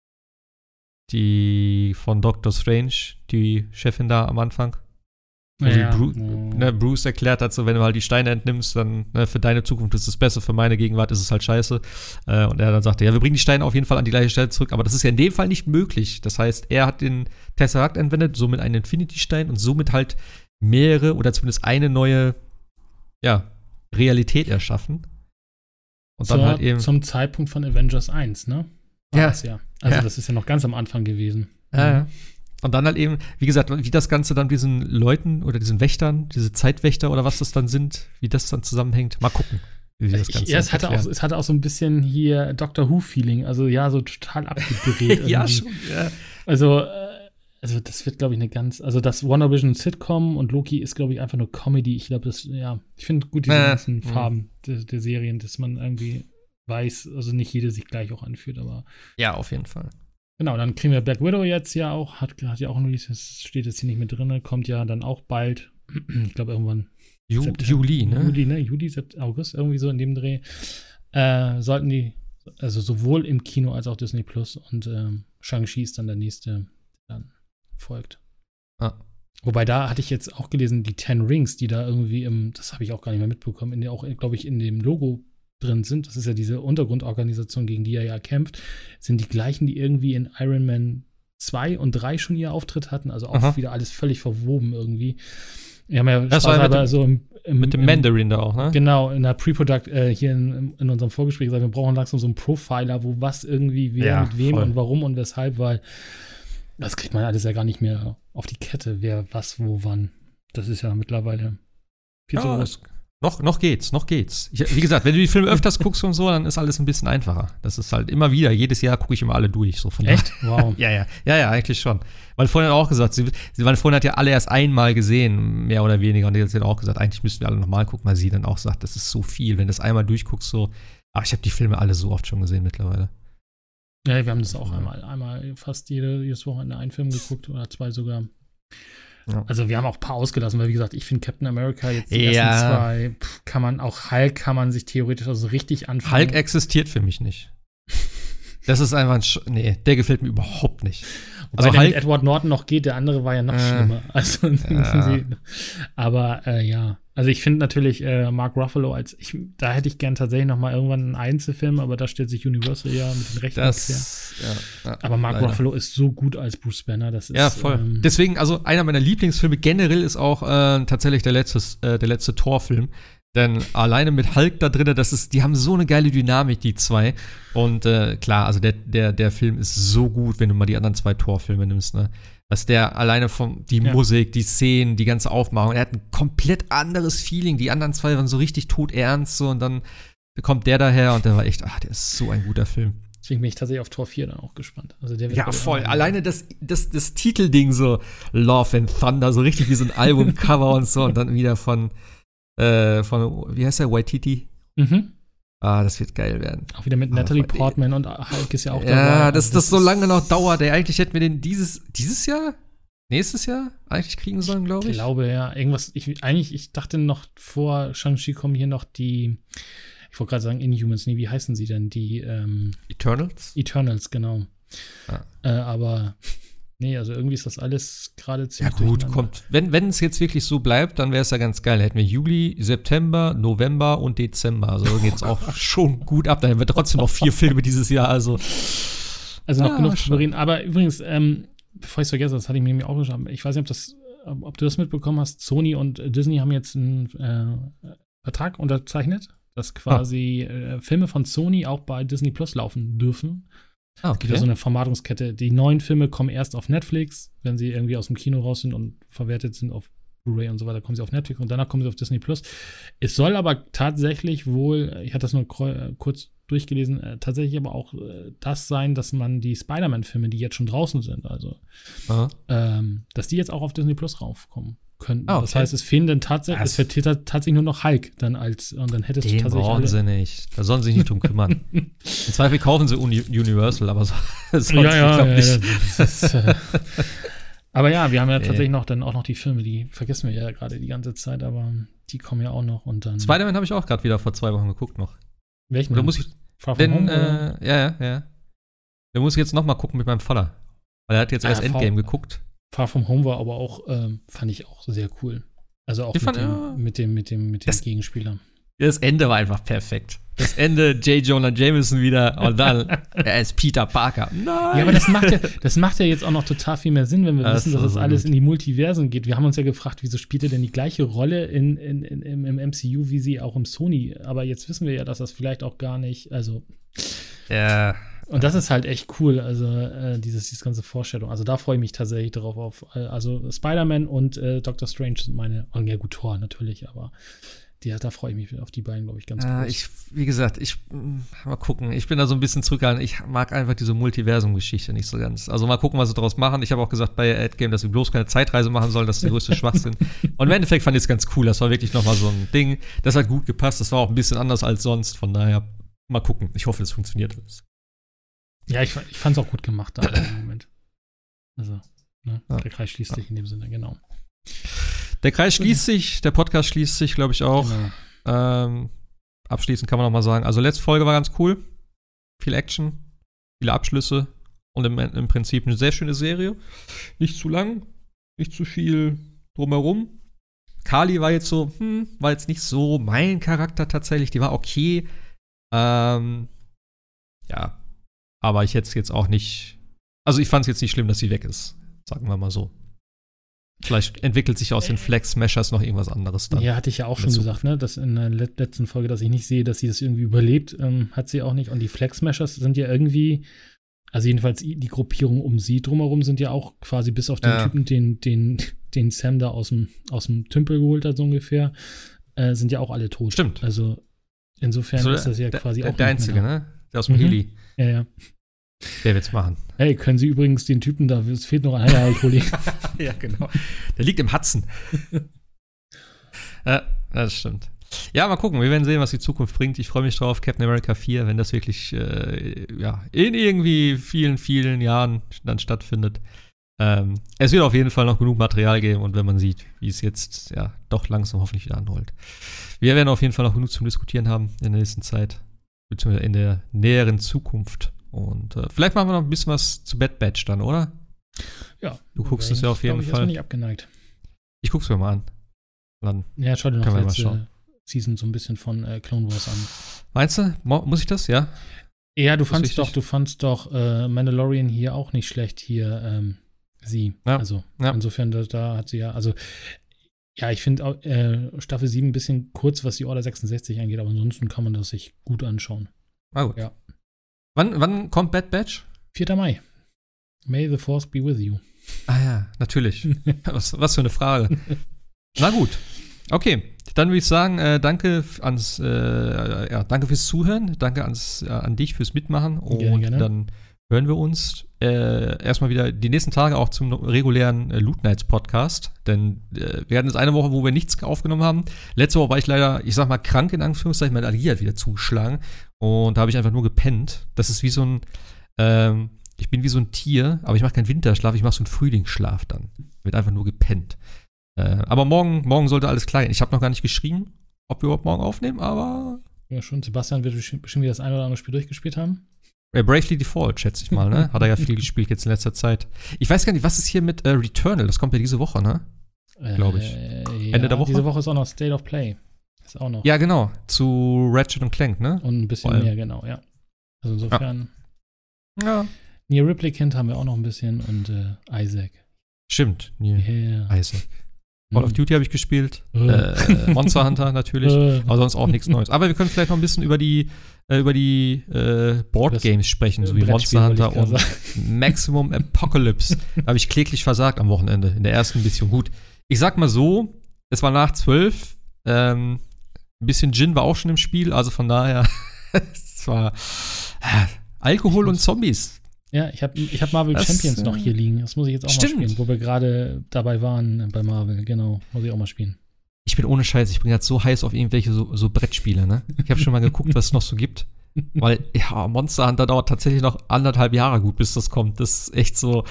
Die von Doctor Strange, die Chefin da am Anfang. Wo Ja, sie ja. Bru Ja. ne, Bruce erklärt hat, so, wenn du halt die Steine entnimmst, dann ne, für deine Zukunft ist es besser, für meine Gegenwart ist es halt scheiße. Äh, und er dann sagte, ja, wir bringen die Steine auf jeden Fall an die gleiche Stelle zurück, aber das ist ja in dem Fall nicht möglich. Das heißt, er hat den Tesseract entwendet, somit einen Infinity-Stein und somit halt mehrere oder zumindest eine neue, ja, Realität erschaffen. Und dann Zur, halt eben. zum Zeitpunkt von Avengers eins, ne? War Ja. das ja. Also Ja. das ist ja noch ganz am Anfang gewesen. Ja, ja. Und dann halt eben, wie gesagt, wie das Ganze dann diesen Leuten oder diesen Wächtern, diese Zeitwächter oder was das dann sind, wie das dann zusammenhängt. Mal gucken, wie sie das Ganze Ich, ja, es hatte, auch, erklären. es hatte auch so ein bisschen hier Doctor Who-Feeling. Also ja, so total abgedreht. Ja, irgendwie. schon. Ja. Also, äh, also das wird, glaube ich, eine ganz, also das WandaVision Sitcom und Loki ist, glaube ich, einfach nur Comedy. Ich glaube, das, ja, ich finde gut diese Äh, ganzen mh. Farben der, der Serien, dass man irgendwie weiß, also nicht jede sich gleich auch anfühlt, aber Ja, auf jeden Fall. Genau, dann kriegen wir Black Widow jetzt ja auch, hat, hat ja auch nur, das steht jetzt hier nicht mit drin, kommt ja dann auch bald, ich glaube irgendwann Ju- Juli, ne? Juli, ne? Juli, August, irgendwie so in dem Dreh. Äh, sollten die, also sowohl im Kino als auch Disney Plus und ähm, Shang-Chi ist dann der nächste, der dann folgt. Ah. Wobei da hatte ich jetzt auch gelesen, die Ten Rings, die da irgendwie im, das habe ich auch gar nicht mehr mitbekommen, in der auch, glaube ich, in dem Logo drin sind, das ist ja diese Untergrundorganisation, gegen die er ja kämpft, sind die gleichen, die irgendwie in Iron Man zwei und drei schon ihr Auftritt hatten, also auch Aha. wieder alles völlig verwoben irgendwie. Wir haben ja das war aber dem, so im, im, mit dem im, Mandarin da auch, ne? Genau, in der Pre-Product, äh, hier in, in unserem Vorgespräch gesagt, wir brauchen langsam so einen Profiler, wo was irgendwie, wer ja, mit wem voll. und warum und weshalb, weil das kriegt man alles ja gar nicht mehr auf die Kette, wer was, wo, wann. Das ist ja mittlerweile viel ja, zu groß. Noch, noch geht's, noch geht's. Ich, wie gesagt, wenn du die Filme öfters guckst und so, dann ist alles ein bisschen einfacher. Das ist halt immer wieder, jedes Jahr gucke ich immer alle durch. So von Echt? Wow. ja, ja, ja, ja, eigentlich schon. Weil vorhin hat auch gesagt, sie, sie waren vorhin hat ja alle erst einmal gesehen, mehr oder weniger. Und jetzt hat auch gesagt, eigentlich müssten wir alle nochmal gucken, weil sie dann auch sagt, das ist so viel, wenn du das einmal durchguckst, so. Aber ich habe die Filme alle so oft schon gesehen mittlerweile. Ja, wir haben das auch ja. einmal, einmal fast jede, jedes Wochenende einen Film geguckt oder zwei sogar. Ja. Also wir haben auch ein paar ausgelassen, weil wie gesagt, ich finde Captain America jetzt die ja. ersten zwei, pff, kann man auch Hulk kann man sich theoretisch also richtig anfangen. Hulk existiert für mich nicht. Das ist einfach ein Sch- nee, der gefällt mir überhaupt nicht. Wobei also der Hulk, mit Edward Norton noch geht, der andere war ja noch äh, schlimmer. Also, ja. aber äh, ja, also ich finde natürlich äh, Mark Ruffalo als, ich, da hätte ich gern tatsächlich noch mal irgendwann einen Einzelfilm, aber da stellt sich Universal ja mit den Rechten das, ja, ja, aber Mark leider. Ruffalo ist so gut als Bruce Banner, das ist ja voll. Ähm, Deswegen, also einer meiner Lieblingsfilme generell ist auch äh, tatsächlich der letzte, äh, der letzte Thor-Film. Denn alleine mit Hulk da drin, das ist, die haben so eine geile Dynamik, die zwei. Und äh, klar, also der, der, der Film ist so gut, wenn du mal die anderen zwei Torfilme nimmst, ne? Was der alleine von die ja. Musik, die Szenen, die ganze Aufmachung, er hat ein komplett anderes Feeling. Die anderen zwei waren so richtig todernst, so und dann kommt der daher und der war echt, ach, der ist so ein guter Film. Deswegen bin ich tatsächlich auf Tor vier dann auch gespannt. Also der wird ja, voll. Alleine das, das, das Titelding so Love and Thunder, so richtig wie so ein Albumcover und so und dann wieder von Äh, von, wie heißt der, Waititi? Mhm. Ah, das wird geil werden. Auch wieder mit Natalie ah, Portman und Hulk ist ja auch ja, dabei. Ja, dass also das, das so lange noch dauert. Ey, eigentlich hätten wir den dieses, dieses Jahr? Nächstes Jahr eigentlich kriegen sollen, glaube ich. Ich glaube, ja. Irgendwas, ich, eigentlich, ich dachte noch, vor Shang-Chi kommen hier noch die, ich wollte gerade sagen Inhumans, nee, wie heißen sie denn? Die, ähm, Eternals? Eternals, genau. Ah. Äh, aber nee, also irgendwie ist das alles gerade ziemlich ja gut, kommt. Wenn wenn es jetzt wirklich so bleibt, dann wäre es ja ganz geil. Hätten wir Juli, September, November und Dezember. Also oh geht's auch schon gut ab. Dann haben wir trotzdem noch vier Filme dieses Jahr. Also, also noch ah, genug zu reden. Aber übrigens, ähm, bevor ich es vergesse, das hatte ich mir nämlich auch geschrieben. Ich weiß nicht, ob, das, ob du das mitbekommen hast. Sony und Disney haben jetzt einen äh, Vertrag unterzeichnet, dass quasi ah. äh, Filme von Sony auch bei Disney Plus laufen dürfen. Ah, okay. Es gibt ja so eine Vermarktungskette. Die neuen Filme kommen erst auf Netflix, wenn sie irgendwie aus dem Kino raus sind und verwertet sind auf Blu-ray und so weiter, kommen sie auf Netflix und danach kommen sie auf Disney Plus. Es soll aber tatsächlich wohl, ich hatte das nur kurz durchgelesen, äh, tatsächlich aber auch äh, das sein, dass man die Spider-Man-Filme, die jetzt schon draußen sind, also ähm, dass die jetzt auch auf Disney Plus raufkommen könnten. Ah, okay. Das heißt, es fehlen dann tatsächlich, es fehlt tatsächlich nur noch Hulk dann als, und dann hättest Den du tatsächlich brauchen alle. sie nicht. Da sollen sie sich nicht drum kümmern. Im Zweifel kaufen sie Uni- Universal, aber so, sonst ja, ja, ich glaub ja, nicht. Das ist, äh, aber ja, wir haben ja tatsächlich noch dann auch noch die Filme, die vergessen wir ja gerade die ganze Zeit, aber die kommen ja auch noch und dann. Spider-Man habe ich auch gerade wieder vor zwei Wochen geguckt noch. Welchen? Da muss ich, Far From denn, Home, äh, ja, ja, ja. Da muss ich jetzt noch mal gucken mit meinem Vater. Weil er hat jetzt ah, erst Endgame Far, geguckt. Far From Home war aber auch, ähm, fand ich auch sehr cool. Also auch mit, fand, dem, ja. mit dem, mit dem, mit dem das, Gegenspieler. Das Ende war einfach perfekt. Das Ende, J. Jonah Jameson wieder und dann, er ist Peter Parker. Nein! Ja, aber das macht ja, das macht ja jetzt auch noch total viel mehr Sinn, wenn wir das wissen, dass das so alles gut. in die Multiversen geht. Wir haben uns ja gefragt, wieso spielt er denn die gleiche Rolle in, in, in, im, im M C U, wie sie auch im Sony. Aber jetzt wissen wir ja, dass das vielleicht auch gar nicht, also ja. Und das ist halt echt cool, also äh, dieses, dieses ganze Vorstellung. Also da freue ich mich tatsächlich drauf auf. Äh, also Spider-Man und äh, Doctor Strange sind meine, oh, ja gut, Thor natürlich, aber die, da freue ich mich auf die beiden, glaube ich, ganz äh, groß. Ich, wie gesagt, ich, mal gucken, ich bin da so ein bisschen zurückgehalten. Ich mag einfach diese Multiversum-Geschichte nicht so ganz. Also mal gucken, was sie daraus machen. Ich habe auch gesagt bei Endgame, dass wir bloß keine Zeitreise machen sollen, das ist der größte Schwachsinn. Und im Endeffekt fand ich es ganz cool. Das war wirklich nochmal so ein Ding. Das hat gut gepasst. Das war auch ein bisschen anders als sonst. Von daher, mal gucken. Ich hoffe, es funktioniert alles. Ja, ich, ich fand es auch gut gemacht da im Moment. Also, ne? Ja. Der Kreis schließt Ja. sich in dem Sinne, genau. Der Kreis schließt sich, der Podcast schließt sich, glaube ich, auch. Genau. Ähm, abschließend kann man noch mal sagen, also letzte Folge war ganz cool. Viel Action, viele Abschlüsse und im, im Prinzip eine sehr schöne Serie. Nicht zu lang, nicht zu viel drumherum. Kali war jetzt so, hm, war jetzt nicht so mein Charakter tatsächlich, die war okay. Ähm, ja, aber ich hätte es jetzt auch nicht, also ich fand es jetzt nicht schlimm, dass sie weg ist, sagen wir mal so. Vielleicht entwickelt sich aus den Flex-Smashers noch irgendwas anderes dann. Ja, hatte ich ja auch schon Dazu. gesagt, ne, dass in der let- letzten Folge, dass ich nicht sehe, dass sie das irgendwie überlebt, ähm, hat sie auch nicht. Und die Flex-Smashers sind ja irgendwie, also jedenfalls die Gruppierung um sie drumherum sind ja auch quasi bis auf den Ja. Typen, den, den, den Sam da aus dem, aus dem Tümpel geholt hat, so ungefähr, äh, sind ja auch alle tot. Stimmt. Also insofern Also ist das ja der, quasi der, auch der nicht Einzige, mehr ne? Der aus dem Mhm. Heli. da. Ja, ja. Der wird's machen. Hey, können Sie übrigens den Typen da, es fehlt noch ein Alkoholi. Ja, genau. Der liegt im Hudson. Ja, das stimmt. Ja, mal gucken. Wir werden sehen, was die Zukunft bringt. Ich freue mich drauf. Captain America vier, wenn das wirklich äh, ja, in irgendwie vielen, vielen Jahren dann stattfindet. Ähm, es wird auf jeden Fall noch genug Material geben und wenn man sieht, wie es jetzt ja doch langsam hoffentlich wieder anrollt. Wir werden auf jeden Fall noch genug zum Diskutieren haben in der nächsten Zeit, beziehungsweise in der näheren Zukunft. Und äh, vielleicht machen wir noch ein bisschen was zu Bad Batch dann, oder? Ja. Du guckst es ja auf jeden ich, Fall. Ich bin nicht abgeneigt. Ich guck's mir mal an. Dann Ja, schau dir noch Können wir die mal letzte schauen. Season so ein bisschen von äh, Clone Wars an. Meinst du? Mo- Muss ich das? Ja. Ja, du Das ist fandst wichtig. doch, du fandst doch äh, Mandalorian hier auch nicht schlecht hier, ähm, sie. Ja. Also Ja. insofern, da, da hat sie ja, also ja, ich finde äh, Staffel sieben ein bisschen kurz, was die Order sechsundsechzig angeht, aber ansonsten kann man das sich gut anschauen. Ah, gut. Ja. Wann, wann kommt Bad Batch? vierter Mai. May the Force be with you. Ah ja, natürlich. was, was für eine Frage. Na gut. Okay, dann würde ich sagen, äh, danke f- ans, äh, ja, danke fürs Zuhören, danke ans, äh, an dich fürs Mitmachen und Gerne, gerne. dann hören wir uns äh, erstmal wieder die nächsten Tage auch zum no- regulären äh, Loot Nights Podcast, denn äh, wir hatten jetzt eine Woche, wo wir nichts aufgenommen haben. Letzte Woche war ich leider, ich sag mal, krank in Anführungszeichen, meine Allergie hat wieder zugeschlagen und da habe ich einfach nur gepennt. Das ist wie so ein, ähm, ich bin wie so ein Tier, aber ich mache keinen Winterschlaf, ich mache so einen Frühlingsschlaf dann. Wird einfach nur gepennt. Äh, aber morgen, morgen sollte alles klar gehen. Ich habe noch gar nicht geschrieben, ob wir überhaupt morgen aufnehmen, aber Ja, schon. Sebastian wird bestimmt bestimmt wieder das ein oder andere Spiel durchgespielt haben. äh, Bravely Default, schätze ich mal, ne? Hat er ja viel gespielt jetzt in letzter Zeit. Ich weiß gar nicht, was ist hier mit äh, Returnal? Das kommt ja diese Woche, ne? Glaub ich. Äh, Ende ja, der Woche? Diese Woche ist auch noch State of Play. Ist auch noch. Ja, genau. Zu Ratchet und Clank, ne? Und ein bisschen Vor allem. mehr, genau, ja. Also insofern. Ja. Near Replicant haben wir auch noch ein bisschen und äh, Isaac. Stimmt. Nee. Yeah. Isaac. Call of Duty habe ich gespielt. Äh. Äh, Monster Hunter natürlich. Äh. Aber sonst auch nichts Neues. Aber wir können vielleicht noch ein bisschen über die, äh, über die äh, Boardgames sprechen, so wie Brettspiel, Monster Hunter wollte und ich Maximum Apocalypse. Da habe ich kläglich versagt am Wochenende, in der ersten Mission. Gut, ich sag mal so, es war nach zwölf. Ähm, ein bisschen Gin war auch schon im Spiel, also von daher, es war äh, Alkohol und Zombies. Ja, ich habe ich hab Marvel Das, Champions äh, noch hier liegen. Das muss ich jetzt auch stimmt. mal spielen, wo wir gerade dabei waren bei Marvel. Genau, muss ich auch mal spielen. Ich bin ohne Scheiß, ich bin gerade so heiß auf irgendwelche so, so Brettspiele, ne? Ich habe schon mal geguckt, was es noch so gibt. Weil, ja, Monster Hunter dauert tatsächlich noch anderthalb Jahre gut, bis das kommt. Das ist echt so.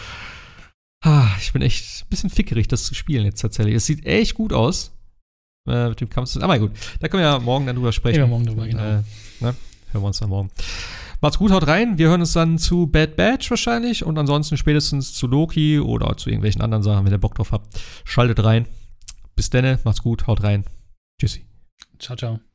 Ah, ich bin echt ein bisschen fickerig, das zu spielen jetzt tatsächlich. Es sieht echt gut aus. Äh, mit dem Kampf. Aber gut, da können wir ja morgen dann drüber sprechen. Reden wir morgen drüber, genau. Äh, ne? Hören wir uns dann morgen. Macht's gut, haut rein. Wir hören uns dann zu Bad Batch wahrscheinlich und ansonsten spätestens zu Loki oder zu irgendwelchen anderen Sachen, wenn ihr Bock drauf habt. Schaltet rein. Bis denne, macht's gut, haut rein. Tschüssi. Ciao, ciao.